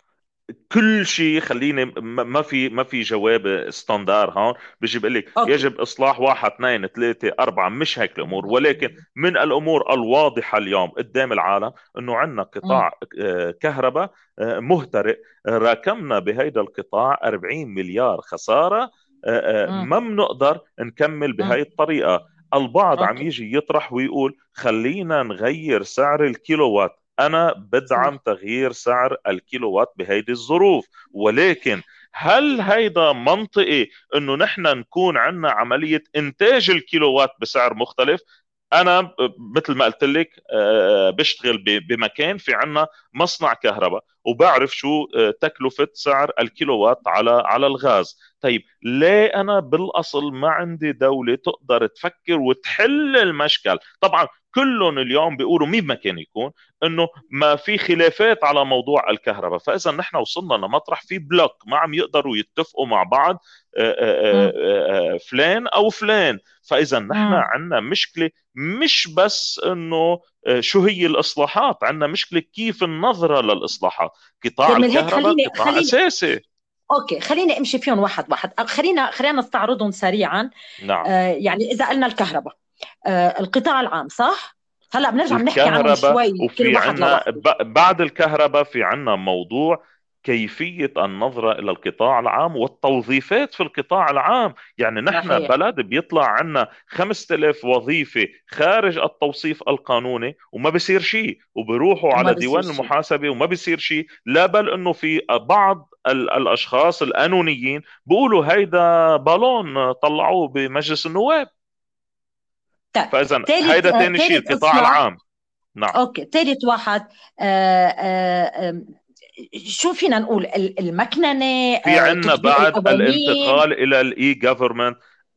كل شيء خليني م- ما في ما في جواب استاندار هون بيجي بيقول لك اوكي. يجب اصلاح واحد اثنين ثلاثه اربعه. مش هيك الامور، ولكن من الامور الواضحه اليوم قدام العالم انه عندنا امم. قطاع آه، كهرباء آه، مهترئ. راكمنا بهيدا القطاع أربعين مليار خساره. آه، آه، امم. ما بنقدر نكمل بهاي امم. الطريقه. البعض عم اوكي. يجي يطرح ويقول خلينا نغير سعر الكيلووات. أنا بدعم صح. تغيير سعر الكيلووات بهيدي الظروف، ولكن هل هيدا منطقي انه نحن نكون عندنا عملية انتاج الكيلووات بسعر مختلف؟ انا ب- مثل ما قلت لك آه، بشتغل ب- بمكان في عندنا مصنع كهرباء، وبعرف شو آه، تكلفة سعر الكيلووات على على الغاز. طيب ليه انا بالاصل ما عندي دولة تقدر تفكر وتحل المشكل؟ طبعا كلهم اليوم بيقولوا مين ما كان يكون انه ما في خلافات على موضوع الكهرباء. فاذا نحن وصلنا لمطرح في بلوك ما عم يقدروا يتفقوا مع بعض آه، آه، امم. آه، آه، فلان او فلان. فاذا نحن امم. عندنا مشكله، مش بس انه آه، شو هي الاصلاحات، عندنا مشكله كيف النظره للاصلاحات. قطاع جميل. هيك الكهرباء خليني قطاع خليني اساسي. اوكي، خليني امشي فيهم واحد واحد. خلينا خلينا نستعرضهم سريعا. نعم. آه يعني اذا قلنا الكهرباء، آه القطاع العام صح. هلا بنرجع بنحكي عنهم الكهرباء، شوي كل وفي واحد عنا لوحده. ب- بعد الكهرباء في عنا موضوع كيفية النظرة إلى القطاع العام والتوظيفات في القطاع العام. يعني نحن صحيح. بلد بيطلع عنا خمسة آلاف وظيفة خارج التوصيف القانوني وما بيصير شيء، وبيروحوا وما على بصير ديوان شيء. المحاسبة وما بيصير شيء. لا بل إنه في بعض ال- الأشخاص القانونيين بيقولوا هيدا بالون طلعوه بمجلس النواب. طيب. فإذا ثالث هيدا آه تاني شيء، ثالث القطاع اصلاح. العام. نعم. اوكي، ثالث واحد. آه آه آه شو فينا نقول؟ ال- المكننه، في آه عندنا تطبيق بعد القوانين. الانتقال الى الاي جوفرمنت،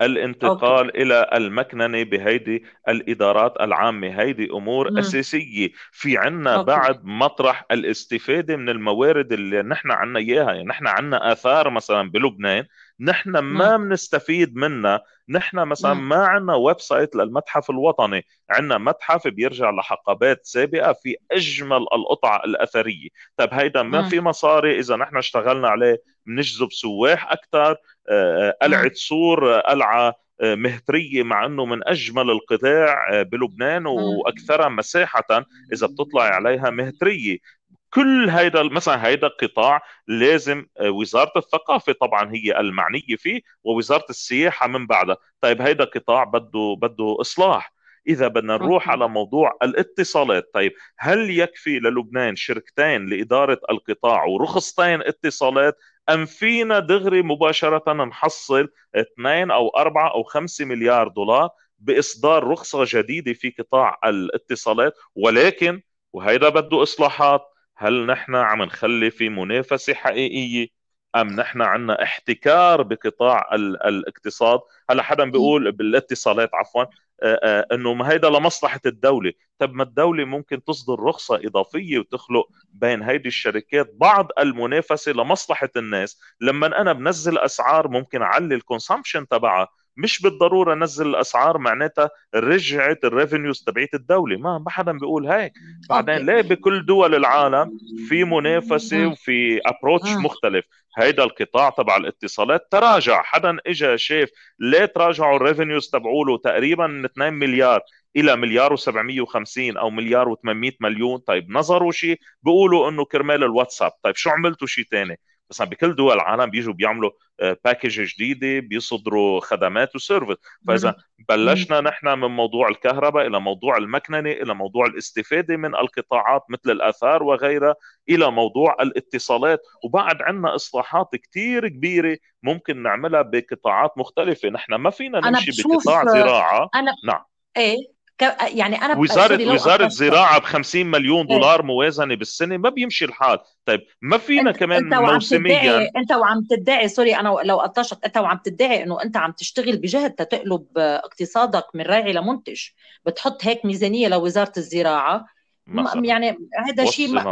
اوكي. الانتقال الى المكننه بهيدي الادارات العامه. هيدي امور امم. اساسيه. في عندنا اوكي. بعد مطرح الاستفاده من الموارد اللي نحن عندنا اياها. يعني نحن عندنا اثار مثلا بلبنان نحن ما امم. بنستفيد منها. نحن مثلا امم. ما عندنا ويب سايت للمتحف الوطني. عندنا متحف بيرجع لحقبات سابقه في اجمل القطع الاثريه. طيب هيدا ما امم. في مصاري اذا نحن اشتغلنا عليه بنجذب سواح اكثر. قلعه امم. صور قلعه آه، مهتريه، مع انه من اجمل القطاع آه، بلبنان واكثرها مساحه اذا بتطلع عليها مهتريه. كل هيدا مثلا هيدا القطاع لازم آه، وزارة الثقافة طبعا هي المعنية فيه، ووزارة السياحة من بعدها. طيب هيدا قطاع بده بده إصلاح. إذا بدنا نروح اوكي. على موضوع الاتصالات، طيب هل يكفي للبنان شركتين لإدارة القطاع ورخصتين اتصالات، أم فينا دغري مباشرة نحصل اثنين أو أربعة أو خمسة مليار دولار بإصدار رخصة جديدة في قطاع الاتصالات؟ ولكن وهيدا بده إصلاحات. هل نحن عم نخلي في منافسة حقيقية، أم نحن عنا احتكار بقطاع ال- الاقتصاد؟ هلا حدا بيقول بالاتصالات عفوا آه، آه، انه ما هيدا لمصلحة الدولة. طب ما الدولة ممكن تصدر رخصة إضافية وتخلق بين هيدي الشركات بعض المنافسة لمصلحة الناس. لما أنا بنزل أسعار ممكن أعلي الكونسامشن تبعها. مش بالضرورة نزل الأسعار معناتها رجعت الريفينيوز تبعت الدولة. ما ما حدا بيقول هيك. بعدين اوكي. ليه بكل دول العالم في منافسة امم. وفي ابروتش امم. مختلف؟ هيدا القطاع تبع الاتصالات تراجع. حدا اجى شاف ليه تراجعوا الريفينيوز تبعوله تقريبا من اثنين مليار الى مليار و750 او مليار و800 مليون؟ طيب نظروا شيء بيقولوا انه كرمال الواتساب. طيب شو عملتوا شيء تاني؟ مثلا بكل دول العالم بيجوا بيعملوا باكج جديده، بيصدروا خدمات وسيرفيس. فاذا امم. بلشنا نحن من موضوع الكهرباء الى موضوع المكننه الى موضوع الاستفاده من القطاعات مثل الاثار وغيرها الى موضوع الاتصالات. وبعد عندنا اصلاحات كتير كبيره ممكن نعملها بقطاعات مختلفه. نحن ما فينا انا نمشي بشوف. بقطاع زراعه. انا نعم. ايه. ك- يعني انا ب- وزارة سوري لو وزارة قطشتك. زراعة ب خمسين مليون ايه. دولار موازنة بالسنة ما بيمشي الحال. طيب ما فينا انت كمان انت وعم تدعي موسميا. انت وعم تدعي سوري انا لو قطشت، انت وعم تدعي انه انت عم تشتغل بجهد تقلب اقتصادك من راعي لمنتج، بتحط هيك ميزانية لوزارة الزراعة. م- مثلا يعني هذا شيء م- يعني والصناعة.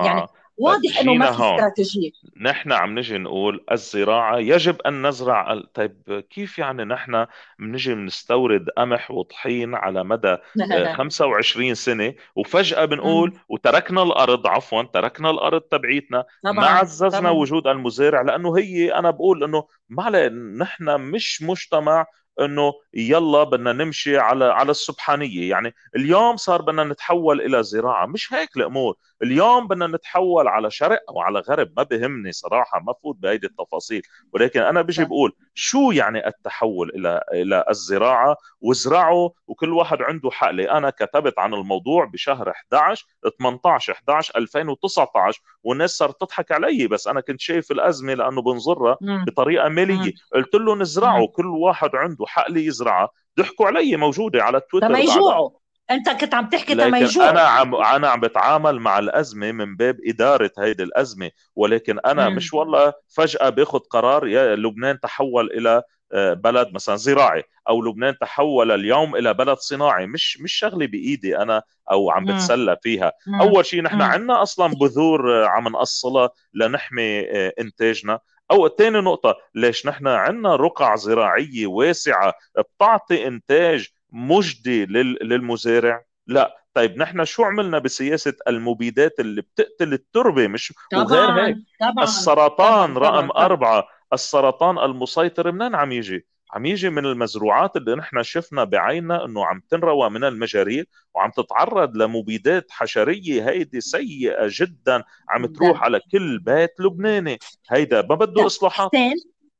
طيب واضح انه ما جينا في هون، استراتيجيه. نحن عم نجي نقول الزراعة يجب أن نزرع ال- طيب كيف يعني نحن بنجي بنستورد قمح وطحين على مدى آه، خمسة وعشرين سنة، وفجأة أمم، بنقول وتركنا الأرض، عفوا تركنا الأرض تبعيتنا، ما طبعا عززنا طبعا. وجود المزارع، لأنه هي أنا بقول أنه ما عليه، نحن مش مجتمع انه يلا بدنا نمشي على على السبحانيه. يعني اليوم صار بدنا نتحول الى زراعه، مش هيك الامور. اليوم بدنا نتحول على شرق او على غرب، ما بهمني صراحه، ما فوت بهيدي التفاصيل. ولكن انا بيجي صح. بقول شو يعني التحول الى الى الزراعه، وزرعوا وكل واحد عنده حقله. انا كتبت عن الموضوع بشهر احدعش ثمانية عشر احدعش ألفين وتسعة عشر، والناس صارت تضحك علي، بس انا كنت شايف الازمه لانه بنظرها أمم، بطريقه ماليه. أمم، قلت له نزرعه، أمم. كل واحد عنده حقله يزرعها. ضحكوا علي، موجوده على تما تويتر بعدها. يجوعوا. انت كنت عم تحكي تما لكن انا يجوعوا. عم انا عم بتعامل مع الازمه من باب اداره هيدي الازمه، ولكن انا أمم، مش والله فجاه باخذ قرار يا لبنان تحول الى آه، بلد مثلا زراعي، او لبنان تحول اليوم الى بلد صناعي. مش مش شغله بايدي انا او عم أمم، بتسلى فيها. أمم، اول شيء نحن أمم. عندنا اصلا بذور آه، عم نقصلها لنحمي آه، انتاجنا. او ثاني نقطه، ليش نحن عندنا رقع زراعيه واسعه بتعطي انتاج مجدي لل- للمزارع؟ لا. طيب نحن شو عملنا بسياسة المبيدات اللي بتقتل التربة؟ مش وغير هيك، طبعا طبعا طبعا السرطان رقم طبعا طبعا. أربعة، السرطان المسيطر منين عم يجي؟ عم يجي من المزروعات اللي نحن شفنا بعيننا انه عم تنروى من المجاري، وعم تتعرض لمبيدات حشرية هيدي سيئة جدا، عم تروح جدا. على كل بيت لبناني. هيدا ما بده طب اصلاحات. حسين،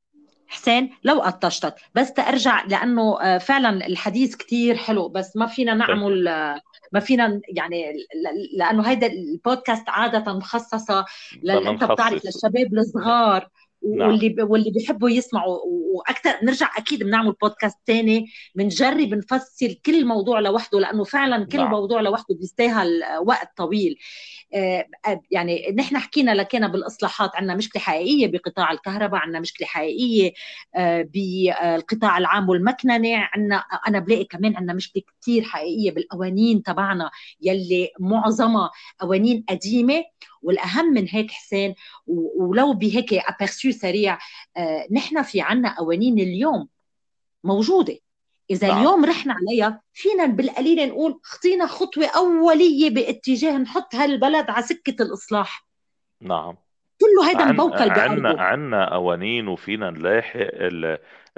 حسين لو قطشتك بس ترجع، لانه آه، فعلا الحديث كتير حلو، بس ما فينا طيب. نعمل آه، ما فينا يعني ل- لانه هيدا البودكاست عاده مخصصه لل بدنا انت بتعرف نخصص. للشباب الصغار، نعم. واللي ب... واللي بيحبوا يسمعوا، واكثر نرجع اكيد بنعمل بودكاست تاني بنجرب نفصل كل موضوع لوحده، لانه فعلا كل نعم. موضوع لوحده بيستاهل آه، وقت طويل. آه، آه، يعني نحن حكينا لكينا بالاصلاحات، عندنا مشكله حقيقيه بقطاع الكهرباء، عندنا مشكله حقيقيه آه، بالقطاع العام والمكننه، عندنا انا بلاقي كمان عندنا مشكله كثير حقيقيه بالقوانين تبعنا يلي معظمها قوانين قديمه. والاهم من هيك حسين، ولو بهيك ابرسيو سريع، آه، نحن في عنا قوانين اليوم موجوده، إذا نعم. اليوم رحنا عليها فينا بالقليل نقول خطينا خطوة أولية باتجاه نحط هالبلد على سكة الإصلاح. نعم. كله هيدا عن مبوكل عنا بقلبه. عنا قوانين، وفينا نلاحق ال-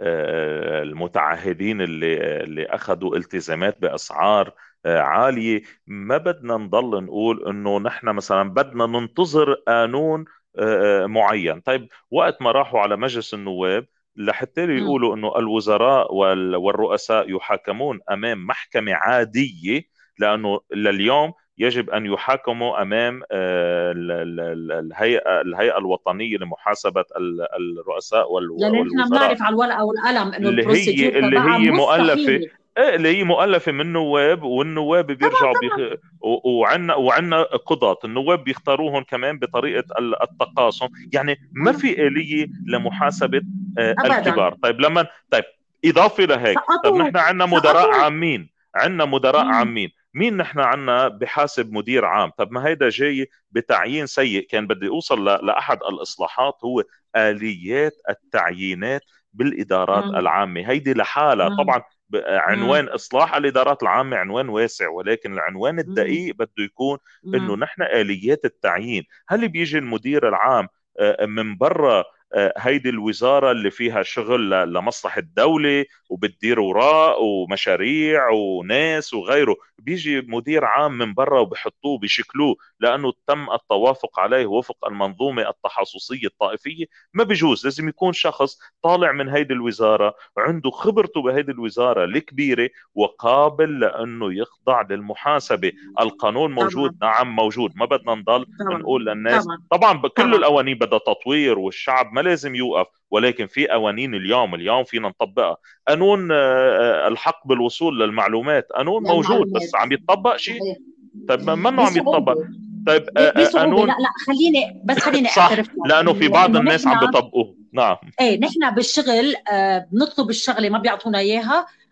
آه، المتعهدين اللي اللي اخذوا التزامات باسعار آه، عاليه. ما بدنا نضل نقول انه نحن مثلا بدنا ننتظر قانون آه، آه، معين. طيب وقت ما راحوا على مجلس النواب لحتى مم. يقولوا انه الوزراء وال- والرؤساء يحاكمون امام محكمه عاديه، لانه لليوم يجب أن يحاكموا أمام آه، ال- ال- ال- الهيئة الهيئة الوطنية لمحاسبة ال- الرؤساء وال- يعني نحن والوزراء، بنعرف على الورقة والقلم إنه اللي البروسيدور هي اللي تبعها هي مؤلفة. مستحيل. ايه، اللي هي مؤلفة من نواب، والنواب طبعا بيرجعوا بيخ... طبعا. و- وعنا وعنا قضاة النواب بيختاروهم كمان بطريقة ال- التقاسم. يعني ما مم. في آلية لمحاسبة آه، أبدا. الكبار. طيب لما طيب إضافة لهيك، طيب سقطوا نحن عنا مدراء سقطوا. عامين، عنا مدراء مم. عامين مين نحن عنا بحاسب مدير عام؟ طب ما هيدا جاي بتعيين سيء. كان بدي أوصل ل... لأحد الإصلاحات، هو آليات التعيينات بالإدارات مم. العامة. هيدي لحالها مم. طبعا ب- مم. عنوان إصلاح الإدارات العامة عنوان واسع، ولكن العنوان مم. الدقيق بده يكون إنه مم. نحن آليات التعيين. هل بيجي المدير العام آه، من برا آه، هيدي الوزارة اللي فيها شغل ل- لمصلحة الدولة وبتدير وراء ومشاريع وناس وغيره، بيجي مدير عام من برا وبحطوه بشكلوه لأنه تم التوافق عليه وفق المنظومة التخصصية الطائفية؟ ما بيجوز. لازم يكون شخص طالع من هيدي الوزارة، عنده خبرته بهيدي الوزارة الكبيرة، وقابل لأنه يخضع للمحاسبة. القانون موجود، طبعا نعم موجود، ما بدنا نضل طبعا نقول للناس. طبعا طبعا كل طبعا. القوانين بدها تطوير، والشعب ما لازم يوقف، ولكن في قوانين اليوم اليوم فينا نطبقها. قانون آه، آه، الحق بالوصول للمعلومات، قانون موجود بس للمعلومات. عم يتطبق شيء؟ صحيح. طيب ما منه عم يتطبق. بصعوبة. طيب آه، ب- آه، بصعوبة. لا قانون لا، خليني بس خليني صح، اعترف لك لانه في انه بعض انه الناس نحن، عم بيطبقوه. نعم. ايه نحن بالشغل آه بنطلب الشغله ما بيعطونا اياها،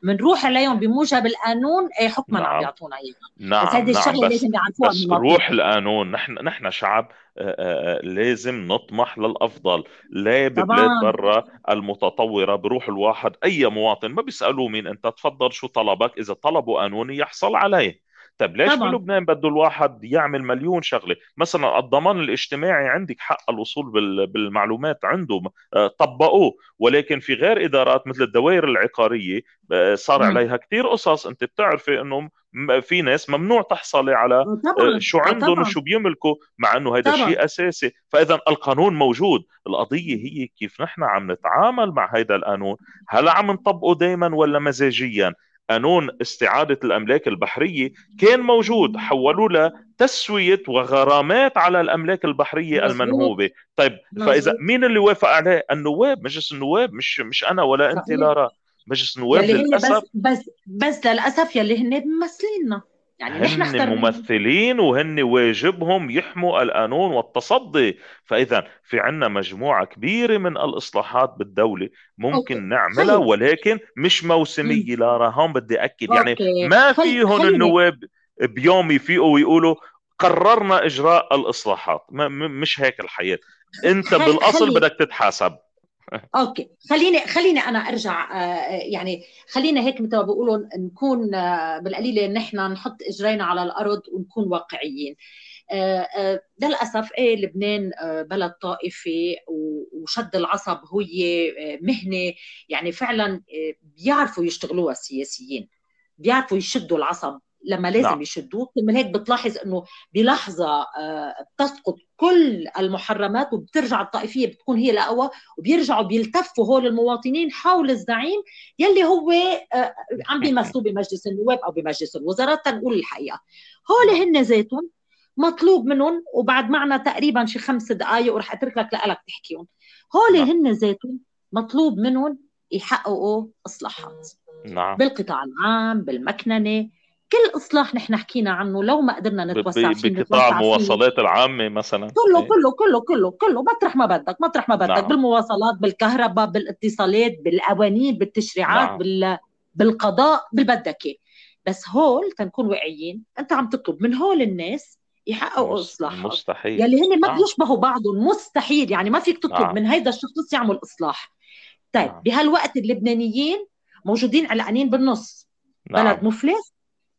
بنروح عليهم بموجب القانون اي حكما عم نعم بيعطونا اياها. بس نعم هذه نعم الشغله بس لازم يعرفوها بس المواطنين. روح القانون، نحن نحن شعب آه، آه، آه، لازم نطمح للأفضل. لا ببلاد طبعا برا المتطورة بروح الواحد أي مواطن ما بيسألوه مين أنت، تفضل شو طلبك، إذا طلبوا قانوني يحصل عليه. طيب ليش طبعا بلبنان بده الواحد يعمل مليون شغلة؟ مثلا الضمان الاجتماعي عندك حق الوصول بال- بالمعلومات عنده، آه، طبقوه، ولكن في غير إدارات مثل الدوائر العقارية آه، صار امم عليها كثير قصص. أنت بتعرفي أنه م- في ناس ممنوع تحصلي على اه آه، طبعا شو اه عندهم طبعا وشو بيملكوا، مع انه هذا طبعا. شيء اساسي. فاذا القانون موجود، القضيه هي كيف نحن عم نتعامل مع هذا القانون. هل عم نطبقه دائما ولا مزاجيا؟ قانون استعاده الاملاك البحريه كان موجود، حولوه لتسويه وغرامات على الاملاك البحريه مزبوط المنهوبه. طيب فاذا مزبوط. مين اللي وافق عليه؟ النواب، مجلس النواب، مش مش انا ولا انت صحيح. لارا. مجلس النواب يلي هن للاسف بس بس بس للاسف يلي هن ممثليننا، يعني نحن هن اخترناهم. ممثلين وهن واجبهم يحموا القانون والتصدي. فإذا في عنا مجموعة كبيرة من الإصلاحات بالدولة اوكي ممكن نعملها، خيي. ولكن مش امم موسمية. لارا هون بدي أكد، يعني اوكي ما خل فيهن خليني. النواب بيوم يفيقوا ويقولوا قررنا إجراء الإصلاحات. ما م- مش هيك الحياة. أنت خل بالأصل خلي بدك تتحاسب. اوكي خليني خليني انا ارجع، آه، يعني خلينا هيك مثل ما بيقولوا نكون آه، بالقليله نحن نحط اجرينا على الارض ونكون واقعيين. آه، آه، للاسف ايه لبنان آه، بلد طائفي، و- وشد العصب هي آه، مهنه، يعني فعلا آه، بيعرفوا يشتغلوها السياسيين، بيعرفوا يشدوا العصب لما نعم لازم يشدوه. من هيك بتلاحظ انه بلحظه آه، بتسقط كل المحرمات وبترجع الطائفيه بتكون هي الاقوى، وبيرجعوا بيلتفوا هول المواطنين حول الزعيم يلي هو آه، عم بيمثلوه بمجلس النواب او بمجلس الوزراء. تنقول الحقيقه هول نعم هن ذاتهم مطلوب منهم، وبعد معنا تقريبا شي خمس دقائق ورح اترك لك لك تحكيهم. هول نعم هن ذاتهم مطلوب منهم يحققوا اصلاحات نعم بالقطاع العام، بالمكننه. كل اصلاح نحن حكينا عنه لو ما قدرنا ب- نتوسع ب- فيه بقطاع نتوسع فيه. المواصلات العامة مثلا. كله إيه؟ كله كله كله كله مطرح ما بدك، مطرح ما بدك، نعم بالمواصلات، بالكهرباء، بالاتصالات، بالقوانين، بالتشريعات، نعم بال بالقضاء، بالبدك إياه. بس هول تنكون واقعيين، انت عم تطلب من هول الناس يحققوا مس- اصلاحات مستحيل. يلي هن ما نعم بيشبهوا بعضهم. مستحيل، يعني ما فيك تطلب نعم من هيدا الشخص يعمل اصلاح. طيب نعم بهالوقت اللبنانيين موجودين علقانين بالنص، بلد نعم مفلس،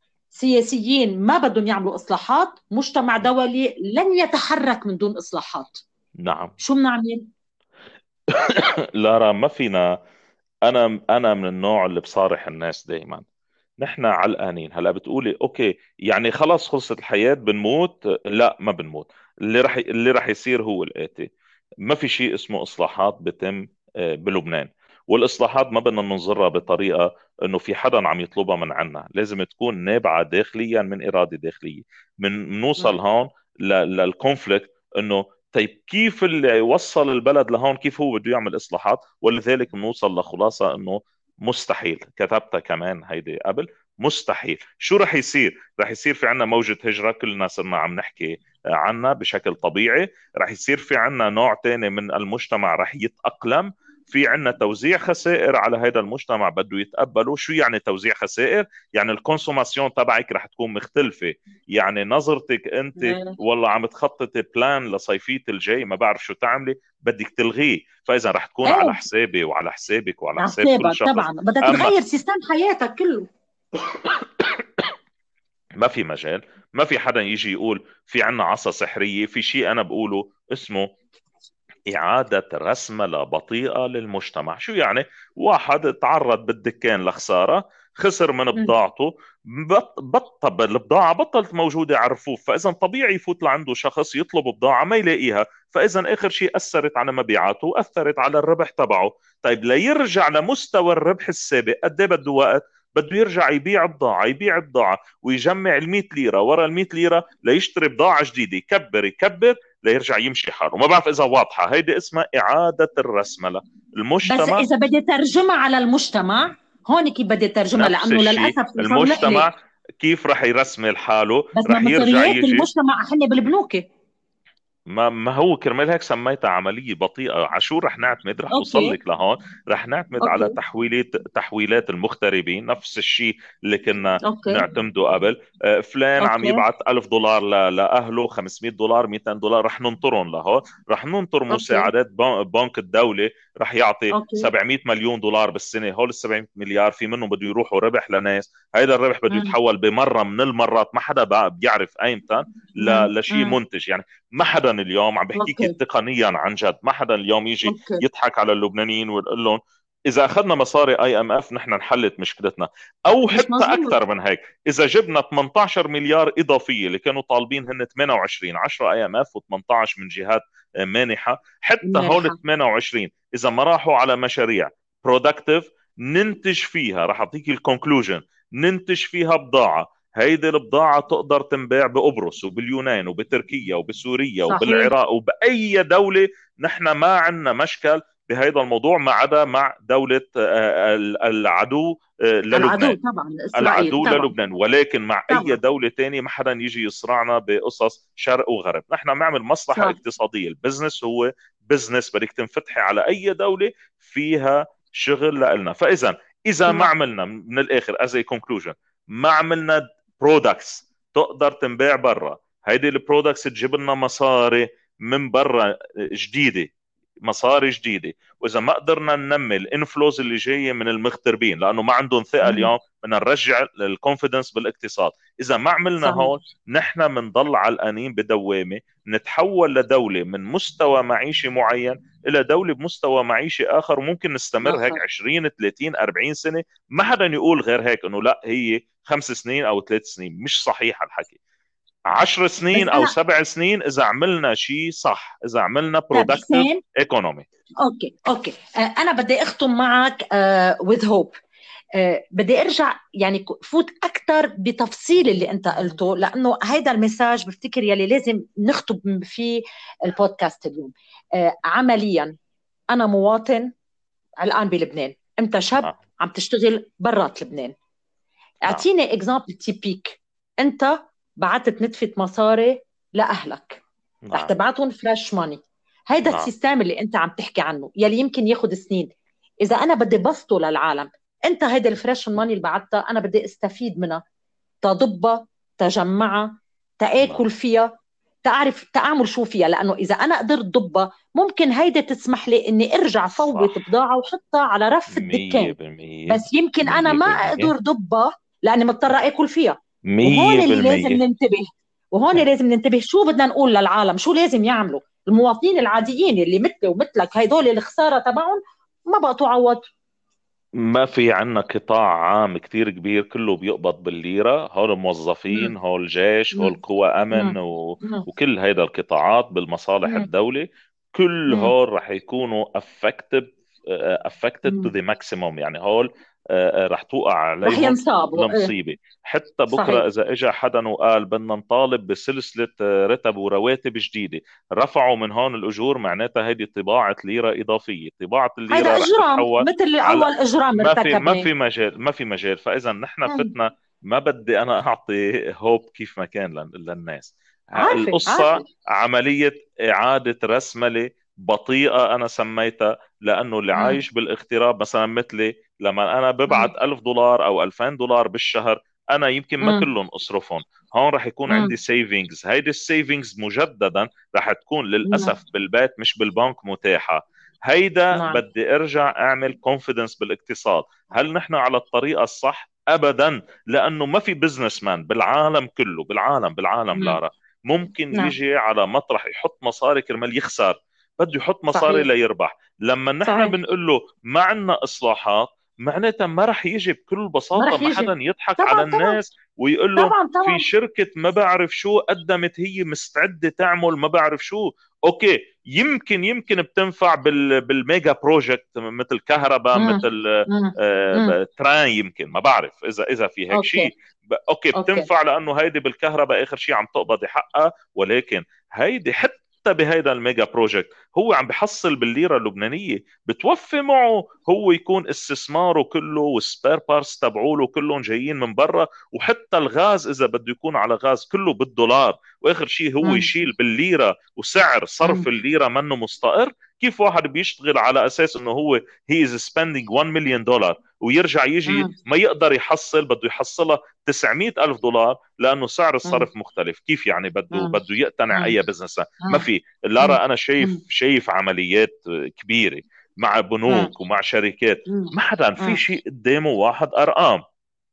سياسيين ما بدهم يعملوا اصلاحات، مجتمع دولي لن يتحرك من دون اصلاحات. نعم. شو بنعمل؟ لارا ما فينا. انا انا من النوع اللي بصارح الناس دائما. نحن علقانين. هلا بتقولي اوكي يعني خلاص خلصت الحياة بنموت؟ لا ما بنموت. اللي رح اللي رح يصير هو الآتي: ما في شيء اسمه اصلاحات بتم آه، بلبنان. والاصلاحات ما بدنا ننظرها بطريقة انه في حدا عم يطلبها من عنا، لازم تكون نابعة داخليا من إرادة داخلية. من نوصل هون للكونفليكت انه طيب كيف اللي وصل البلد لهون كيف هو بده يعمل اصلاحات، ولذلك بنوصل لخلاصة انه مستحيل. كتبتها كمان هيدي قبل. مستحيل. شو رح يصير؟ رح يصير في عنا موجة هجرة كلنا صرنا عم نحكي عنها بشكل طبيعي. رح يصير في عنا نوع تاني من المجتمع رح يتأقلم. في عنا توزيع خسائر على هذا المجتمع بده يتقبله. شو يعني توزيع خسائر؟ يعني الكونسوماسيون تبعك رح تكون مختلفة. يعني نظرتك انت والله عم تخططي بلان لصيفية الجاي ما بعرف شو تعملي بدك تلغيه، فاذا رح تكون على ايه حسابي وعلى حسابك وعلى حساب كل عصابة شخص. طبعا، بدك اما تغير سيستم حياتك كله. ما في مجال. ما في حدا يجي يقول في عنا عصا سحرية. في شيء أنا بقوله اسمه إعادة رسملة بطيئة للمجتمع. شو يعني؟ واحد تعرض بالدكان لخسارة، خسر من مم. بضاعته، بط- بطل البضاعة بطلت موجودة على الرفوف، فإذا طبيعي يفوت لعنده شخص يطلب بضاعة ما يلاقيها، فإذا آخر شيء أثرت على مبيعاته وأثرت على الربح تبعه. طيب ليرجع لمستوى الربح السابق قد ايه بده وقت؟ بده يرجع يبيع بضاعة يبيع بضاعة ويجمع ال مية ليرة ورا ال مية ليرة ليشتري بضاعة جديدة، يكبر يكبر ليرجع يمشي حاله. ما بعرف إذا واضحة. هيدي اسمها إعادة الرسملة. بس المجتمع اذا بدي ترجمها على المجتمع، هون كيف بدي ترجمها؟ نفس لانه الشيء. للاسف صلح لي. المجتمع كيف رح يرسم حاله؟ بس ما رح يرجع مصريات يجي. المجتمع هن بالبنوك. ما ما هو كرمال هيك سميتها عملية بطيئة. عشو رح نعتمد؟ رح توصل اوكي لك لهون. رح نعتمد على اوكي تحويلات تحويلات المغتربين، نفس الشيء اللي كنا اوكي نعتمده قبل. آه، فلان عم اوكي يبعت ألف دولار ل- لأهله، خمسمية دولار، مئتين دولار، رح ننطرهم لهون. رح ننطر اوكي مساعدات بن- بنك الدولة، رح يعطي اوكي سبعمية مليون دولار بالسنة. هول ال سبعمية مليار في منهم بده يروحوا ربح لناس، هيدا الربح بده امم يتحول بمرة من المرات، ما حدا بقى بيعرف ايمتى، ل- لشيء امم منتج. يعني ما حدا اليوم عم بحكيك اوكي تقنيا عن جد، ما حدا اليوم يجي اوكي يضحك على اللبنانيين ويقول لهم اذا اخذنا مصاري اي ام اف نحن انحلت مشكلتنا. او مش حتى مزبوط. اكثر من هيك، اذا جبنا ثمانية عشر مليار اضافيه اللي كانوا طالبين هن ثمانية وعشرين، عشرة اي ام اف و18 من جهات مانحه، حتى هول مانحة. ال ثمانية وعشرين اذا ما راحوا على مشاريع برودكتيف ننتج فيها، راح اعطيك الكونكلوجن، ننتج فيها بضاعه، هيدي البضاعة تقدر تنباع بقبرص وباليونان وبتركيا وبسوريا صحيح. وبالعراق وبأي دولة. نحن ما عندنا مشكل بهذا الموضوع، ما عدا مع دولة آه، العدو آه، العدو للبنان. طبعا إسرائيل العدو طبعا. للبنان، ولكن مع أي طبعا. دولة تانية ما حدا يجي يصرعنا بقصص شرق وغرب. نحن بنعمل مصلحة صح. اقتصادية، البزنس هو بزنس، بدك تنفتحي على أي دولة فيها شغل لنا. فإذا إذا ما صح. عملنا من الآخر as a conclusion، ما عملنا برودكتس تقدر تنباع برا، هيدي البرودكتس تجيب لنا مصاري من برا جديدة، مصاري جديدة. واذا ما قدرنا ننمي الانفلوز اللي جايه من المغتربين لانه ما عندهم ثقه مم. اليوم، بدنا نرجع الكونفدنس بالاقتصاد. اذا ما عملنا صحيح. هون نحن بنضل علقانين بدوامه، نتحول لدوله من مستوى معيشي معين الى دوله بمستوى معيشي اخر، وممكن نستمر هيك آخر. عشرين ثلاثين أربعين سنه. ما حدا يقول غير هيك انه لا هي خمس سنين او ثلاث سنين، مش صحيح الحكي. عشر بس سنين او أنا. سبع سنين اذا عملنا شيء صح، اذا عملنا طيب productive حسين. economy. اوكي اوكي آه انا بدي اختم معك آه with hope. آه بدي ارجع يعني ك- فوت اكثر بتفصيل اللي انت قلته، لانه هيدا المساج بفتكر يلي لازم نخطب فيه البودكاست اليوم. آه عمليا انا مواطن الان بلبنان، انت شاب نعم. عم تشتغل برات لبنان. نعم. اعطيني اكزامبل تيبيك. انت بعتت نتفة مصاري لاهلك، رح نعم. تبعتهم فريش ماني. هيدا نعم. السيستم اللي انت عم تحكي عنه يلي يمكن ياخد سنين، اذا انا بدي بسطه للعالم، انت هيدا الفريش ماني اللي بعتها انا بدي استفيد منها، تضبها، تجمعها، نعم. تاكل فيها، تعرف تعمل شو فيها. لانه اذا انا قدرت ضبها ممكن هيدا تسمح لي اني ارجع فوت صح. بضاعه وحطها على رف مية الدكان. بالمية بس يمكن انا مية ما بالمية اقدر ضبها لاني مضطره اكل فيها. وهون مية اللي لازم بالمية ننتبه. وهون إيه. لازم ننتبه شو بدنا نقول للعالم، شو لازم يعملوا المواطنين العاديين اللي مثلي ومثلك، هيدول الخساره تبعهم ما بقى تعوض. ما في عنا قطاع عام كتير كبير كله بيقبض بالليرة، هول موظفين، مم. هول جيش، هول مم. قوى أمن مم. و... مم. وكل هيدا القطاعات بالمصالح مم. الدولة، كل مم. هول رح يكونوا affected uh, affected to مم. the maximum. يعني هول uh, رح توقع رح عليهم ينصابوا ايه. المصيبة. حتى بكرة صحيح. إذا إجا حدا وقال بدنا نطالب بسلسلة آه، رتب ورواتب جديدة، رفعوا من هون الأجور، معناتها هيدي طباعة ليرة إضافية. طباعة هيدا الليرة رح اجرام تتحول مثل على، اول اجرام ما في ما ارتكبناه. في مجال، ما في مجال. فاذا نحن مم. فتنا، ما بدي انا اعطي هوب كيف ما كان لل- للناس. ه- عارفه عارفه. القصه عمليه اعاده رسمله بطيئه انا سميتها، لانه اللي مم. عايش بالاغتراب مثلا مثلي، لما انا مم. ببعت ألف دولار او ألفين دولار بالشهر، انا يمكن ما مم. كلهم اصرفهم. هون رح يكون عندي مم. سيفينجز، هيدي السيفينجز مجددا رح تكون مم. للاسف بالبيت مش بالبنك متاحه. هيدا نعم. بدي ارجع اعمل كونفيدنس بالاقتصاد. هل نحن على الطريقة الصح؟ ابدا، لانه ما في بزنس مان بالعالم كله، بالعالم بالعالم مم. لارا، ممكن نعم. يجي على مطرح يحط مصاري كرمال يخسر. بده يحط مصاري صحيح. ليربح. لما نحن صحيح. بنقول له ما عندنا اصلاحات، معناتها ما رح يجي. بكل ما بساطة رح ما حدا يجي. يضحك على طبعا طبعا. الناس ويقول لهم طبعا في طبعا. شركة ما بعرف شو قدمت، هي مستعدة تعمل ما بعرف شو. اوكي، يمكن يمكن بتنفع بال بالميجا بروجكت مثل كهرباء، مم. مثل مم. مم. آه، تران، يمكن ما بعرف اذا اذا في هيك اوكي شيء. ب- اوكي اوكي. بتنفع لانه هيدي بالكهرباء اخر شيء عم تقبضي حقها، ولكن هيدي حتى حتى بهيدا الميجا بروجكت هو عم بحصل بالليره اللبنانيه، بتوفي معه هو يكون استثماره كله والسبير بارس تبعوله كلهم جايين من برا، وحتى الغاز اذا بده يكون على غاز كله بالدولار، واخر شيء هو مم. يشيل بالليره وسعر صرف مم. الليره منه مستقر. كيف واحد بيشتغل على اساس انه هو هي از سبيندينج واحد مليون دولار ويرجع يجي مم. ما يقدر يحصل، بده يحصلها تسعمية ألف دولار لأنه سعر مم. الصرف مختلف؟ كيف يعني بده مم. بده يقتنع مم. أي بزنس؟ ما مم. في. مم. لارا أنا شايف مم. شايف عمليات كبيرة مع مم. بنوك ومع شركات، مم. ما حدا في مم. شيء قدامه واحد أرقام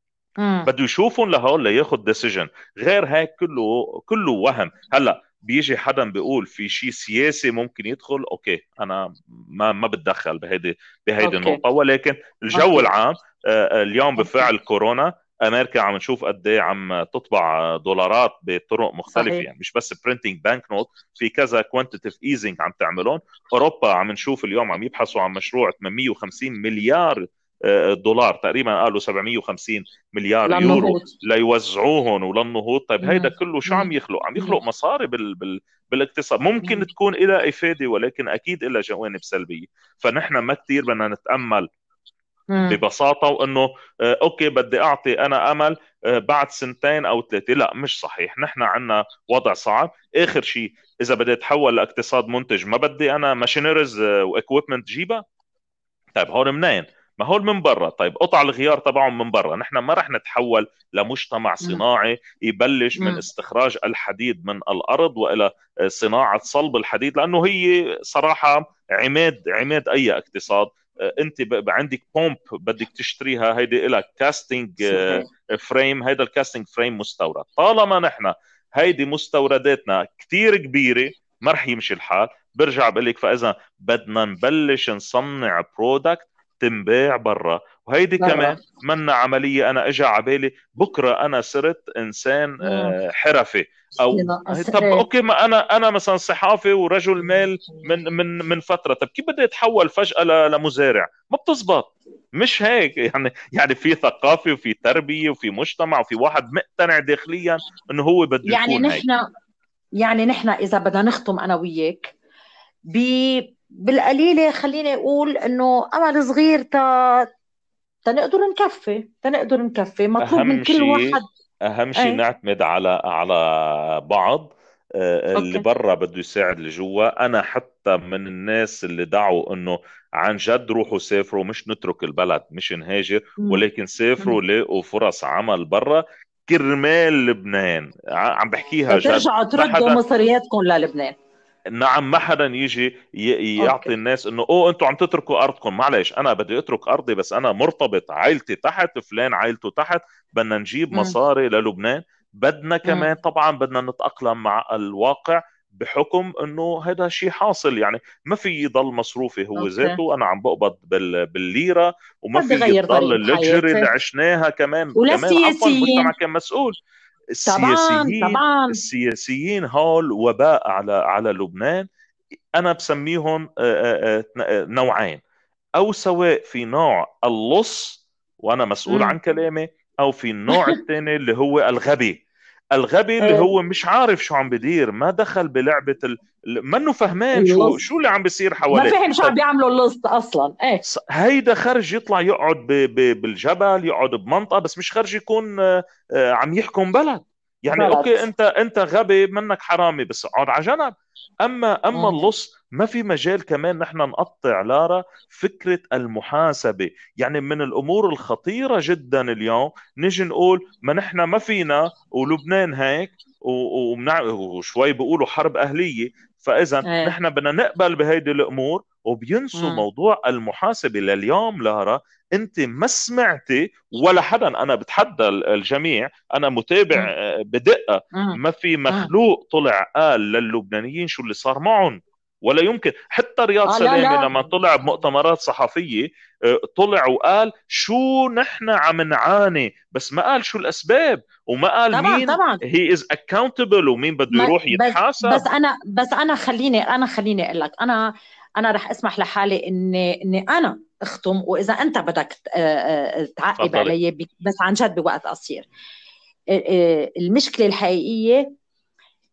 مم. بده يشوفهم لهول لياخذ ديسيجن. غير هيك كله كله وهم. هلا بيجي حدا بيقول في شيء سياسي ممكن يدخل، اوكي انا ما ما بتدخل بهيدي بهيدي اوكي. النقطه، ولكن الجو اوكي. العام آه، اليوم اوكي. بفعل كورونا امريكا عم نشوف قد ايه عم تطبع دولارات بطرق مختلفه، صحيح. يعني مش بس برينتينج بانك نوت، في كذا كوانتيتيف ايزنج عم تعملون. اوروبا عم نشوف اليوم عم يبحثوا عن مشروع ثمانمية وخمسين مليار آه، دولار، تقريبا قالوا سبعمية وخمسين مليار لانه يورو هو. ليوزعوهم وللنهوض. طيب هيدا مم. كله شو عم مم. يخلق؟ عم مم. يخلق مصاري بال... بال... بالاقتصاد. ممكن مم. تكون لها إفادة ولكن أكيد لها جوانب سلبية. فنحن ما كتير بدنا نتأمل مم. ببساطة، وإنه آه، أوكي بدي أعطي أنا أمل آه، بعد سنتين أو ثلاثة. لا، مش صحيح. نحن عنا وضع صعب. آخر شيء إذا بدي أتحول لاقتصاد منتج، ما بدي أنا ماشينيرز وإكويبمنت جيبها. طيب هون منين؟ ما هون من برا. طيب قطع الغيار تبعهم من برا. نحن ما رح نتحول لمجتمع مم. صناعي يبلش من مم. استخراج الحديد من الأرض وإلى صناعة صلب الحديد، لأنه هي صراحة عماد عماد أي اقتصاد. انت ب- عندك بومب بدك تشتريها، هيدي لها كاستنج صحيح. فريم، هيدا الكاستنج فريم مستورد. طالما نحن هيدي مستورداتنا كتير كبيرة ما رح يمشي الحال. برجع بقول لك، فاذا بدنا نبلش نصنع برودكت تنباع برا، وهيدي برا. كمان منا عملية أنا إجا عبالي بكرة أنا صرت إنسان مم. آه، حرفي. أو ناقص طب ايه. أوكي، ما أنا أنا مثلا صحافي ورجل مال من من من فترة، طب كيف بدي أتحول فجأة ل- لمزارع؟ ما بتزبط. مش هيك يعني يعني في ثقافة وفي تربية وفي مجتمع وفي واحد مقتنع داخليا إنه هو بده يعني يكون هيك. نحن يعني نحن اذا بدنا نختم انا وياك ب بالقليله، خليني اقول انه امل صغير تا تنقدر نكفي تنقدر نكفي مطلوب من اهم كل شيء واحد. اهم شيء ايه. نعتمد على على بعض. آه، اللي اوكي. برا بده يساعد اللي جوا. انا حتى من الناس اللي دعوا انه عن جد روحوا سافروا، مش نترك البلد، مش نهاجر، مم. ولكن سافروا مم. لاقوا فرص عمل برا كرمال لبنان. ع- عم بحكيها جد. ترجعوا ما تردوا حدا، مصرياتكم للبنان. نعم، ما حدا يجي ي- اوكي. يعطي الناس انه اوه انتم عم تتركوا ارضكم. معلش، انا بدي اترك ارضي بس انا مرتبط، عائلتي تحت، فلان عائلته تحت، بدنا نجيب مم. مصاري للبنان. بدنا مم. كمان طبعا بدنا نتأقلم مع الواقع، بحكم انه هذا شيء حاصل. يعني ما في يضل مصروفي هو اوكي. ذاته، انا عم بقبض بال... بالليرة، وما بدي في اغير يضل طريقه اللكجري اللي حياتي. عشناها كمان كمان عفوا المجتمع وللسياسيين. كان مسؤول. طبعا السياسيين طبعا. السياسيين هول وباء على على لبنان. انا بسميهم آه، آه، آه، نوعين، او سواء في نوع اللص وانا مسؤول عن مم. كلامي، او في النوع الثاني اللي هو الغبي. الغبي اللي ايه. هو مش عارف شو عم بدير، ما دخل بلعبة ال... ال- منه فهمان شو اللص شو اللي عم بيصير ما حواليه. فهم شو عم طيب بيعملوا اللص اصلا. ايه. ص- هيدا خرج يطلع يقعد ب... ب... بالجبل، يقعد بمنطقة، بس مش خرج يكون آه، آه، عم يحكم بلد. يعني بلد. اوكي، انت انت غبي منك حرامي بس اقعد على جنب. اما اما مم. اللص ما في مجال. كمان نحن نقطع لارا فكرة المحاسبة. يعني من الامور الخطيرة جدا اليوم نيجي نقول ما نحن ما فينا ولبنان هيك و- ومنع- وشوي بيقولوا حرب اهلية. فاذا ايه. نحن بدنا نقبل بهيدي الامور وبينسوا مم. موضوع المحاسبة. لليوم لارا انت ما سمعتي ولا حدا، انا بتحدى الجميع، انا متابع مم. آه، بدقة، مم. ما في مم. مخلوق طلع قال للبنانيين شو اللي صار معهم. ولا يمكن. حتى رياض اه لا سلامة لا. لما طلع بمؤتمرات صحفية آه، طلع وقال شو نحن عم نعاني، بس ما قال شو الأسباب، وما قال طبعا مين طبعا. هي از accountable ومين بده ما يروح بس بس يتحاسب. انا بس انا خليني انا خليني اقول لك. انا انا رح اسمح لحالي اني اني انا اختم، واذا انت بدك ت- آه، آه، تعقب تفضلي. علي ب- بس عن جد بوقت قصير. آه، آه، المشكله الحقيقيه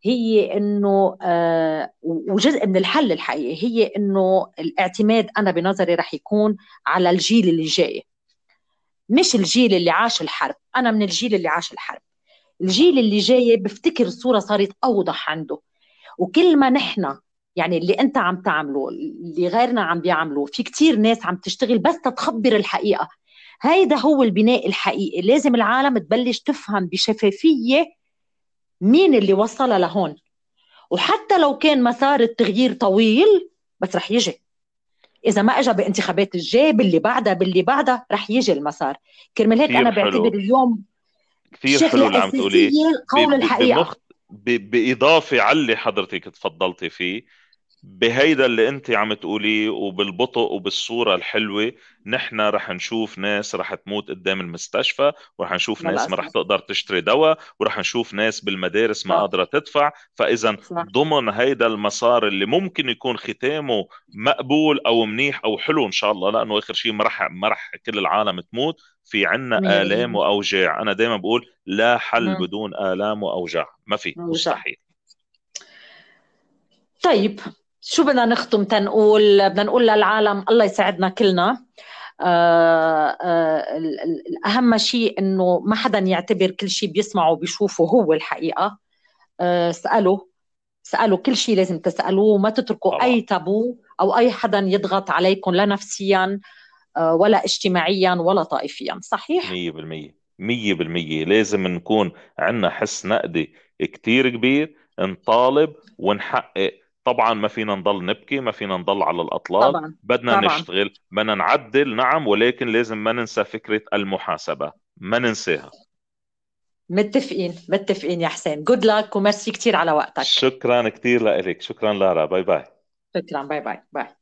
هي انه آه وجزء من الحل الحقيقي هي انه الاعتماد انا بنظري رح يكون على الجيل اللي جاي، مش الجيل اللي عاش الحرب. انا من الجيل اللي عاش الحرب. الجيل اللي جاي بفتكر الصورة صارت اوضح عنده. وكل ما نحن يعني اللي انت عم تعمله اللي غيرنا عم بيعملوه، في كتير ناس عم تشتغل بس تتخبر الحقيقة. هيدا هو البناء الحقيقي. لازم العالم تبلش تفهم بشفافية مين اللي وصلها لهون، وحتى لو كان مسار التغيير طويل بس رح يجي. إذا ما إجا بانتخابات الجاي، باللي بعدها باللي بعدها رح يجي المسار. كرمال هيك أنا كثير بعتبر حلو، اليوم كثير حلو شغلة اللي عم تقوليه. أساسية ب- قول ب- الحقيقة. بمخ ب- بإضافة على اللي حضرتك تفضلتي فيه، بهيدا اللي انت عم تقوليه وبالبطء وبالصورة الحلوة، نحن رح نشوف ناس رح تموت قدام المستشفى، ورح نشوف ناس ما رح للأسف. تقدر تشتري دواء، ورح نشوف ناس بالمدارس ما صح. قادرة تدفع. فإذا صح. ضمن هيدا المسار اللي ممكن يكون ختامه مقبول أو منيح أو حلو إن شاء الله، لأنه آخر شيء ما رح ما رح كل العالم تموت، في عنا آلام مية بالمية. وأوجاع. أنا دايما بقول لا حل مم. بدون آلام وأوجاع، ما في، موجع. مستحيل. طيب، شو بدنا نختم تنقول؟ بدنا نقول للعالم الله يساعدنا كلنا. آه آه ال- ال- الأهم شيء إنه ما حدا يعتبر كل شيء بيسمعه وبيشوفه هو الحقيقة. آه اسألوا. اسألوا كل شيء لازم تسألوه، وما تتركوا طبعا. أي تابو أو أي حدا يضغط عليكم، لا نفسيا آه ولا اجتماعيا ولا طائفيا. صحيح؟ مية بالمية، مية بالمية لازم نكون عندنا حس نقدي كتير كبير، نطالب ونحقق. طبعا ما فينا نضل نبكي، ما فينا نضل على الأطلال، طبعا. بدنا طبعا. نشتغل، بدنا نعدل، نعم، ولكن لازم ما ننسى فكرة المحاسبة، ما ننساها. متفقين متفقين يا حسين. جود لك وميرسي كتير على وقتك. شكرا كتير لك، شكرا لارا، باي باي. شكرا. باي باي باي.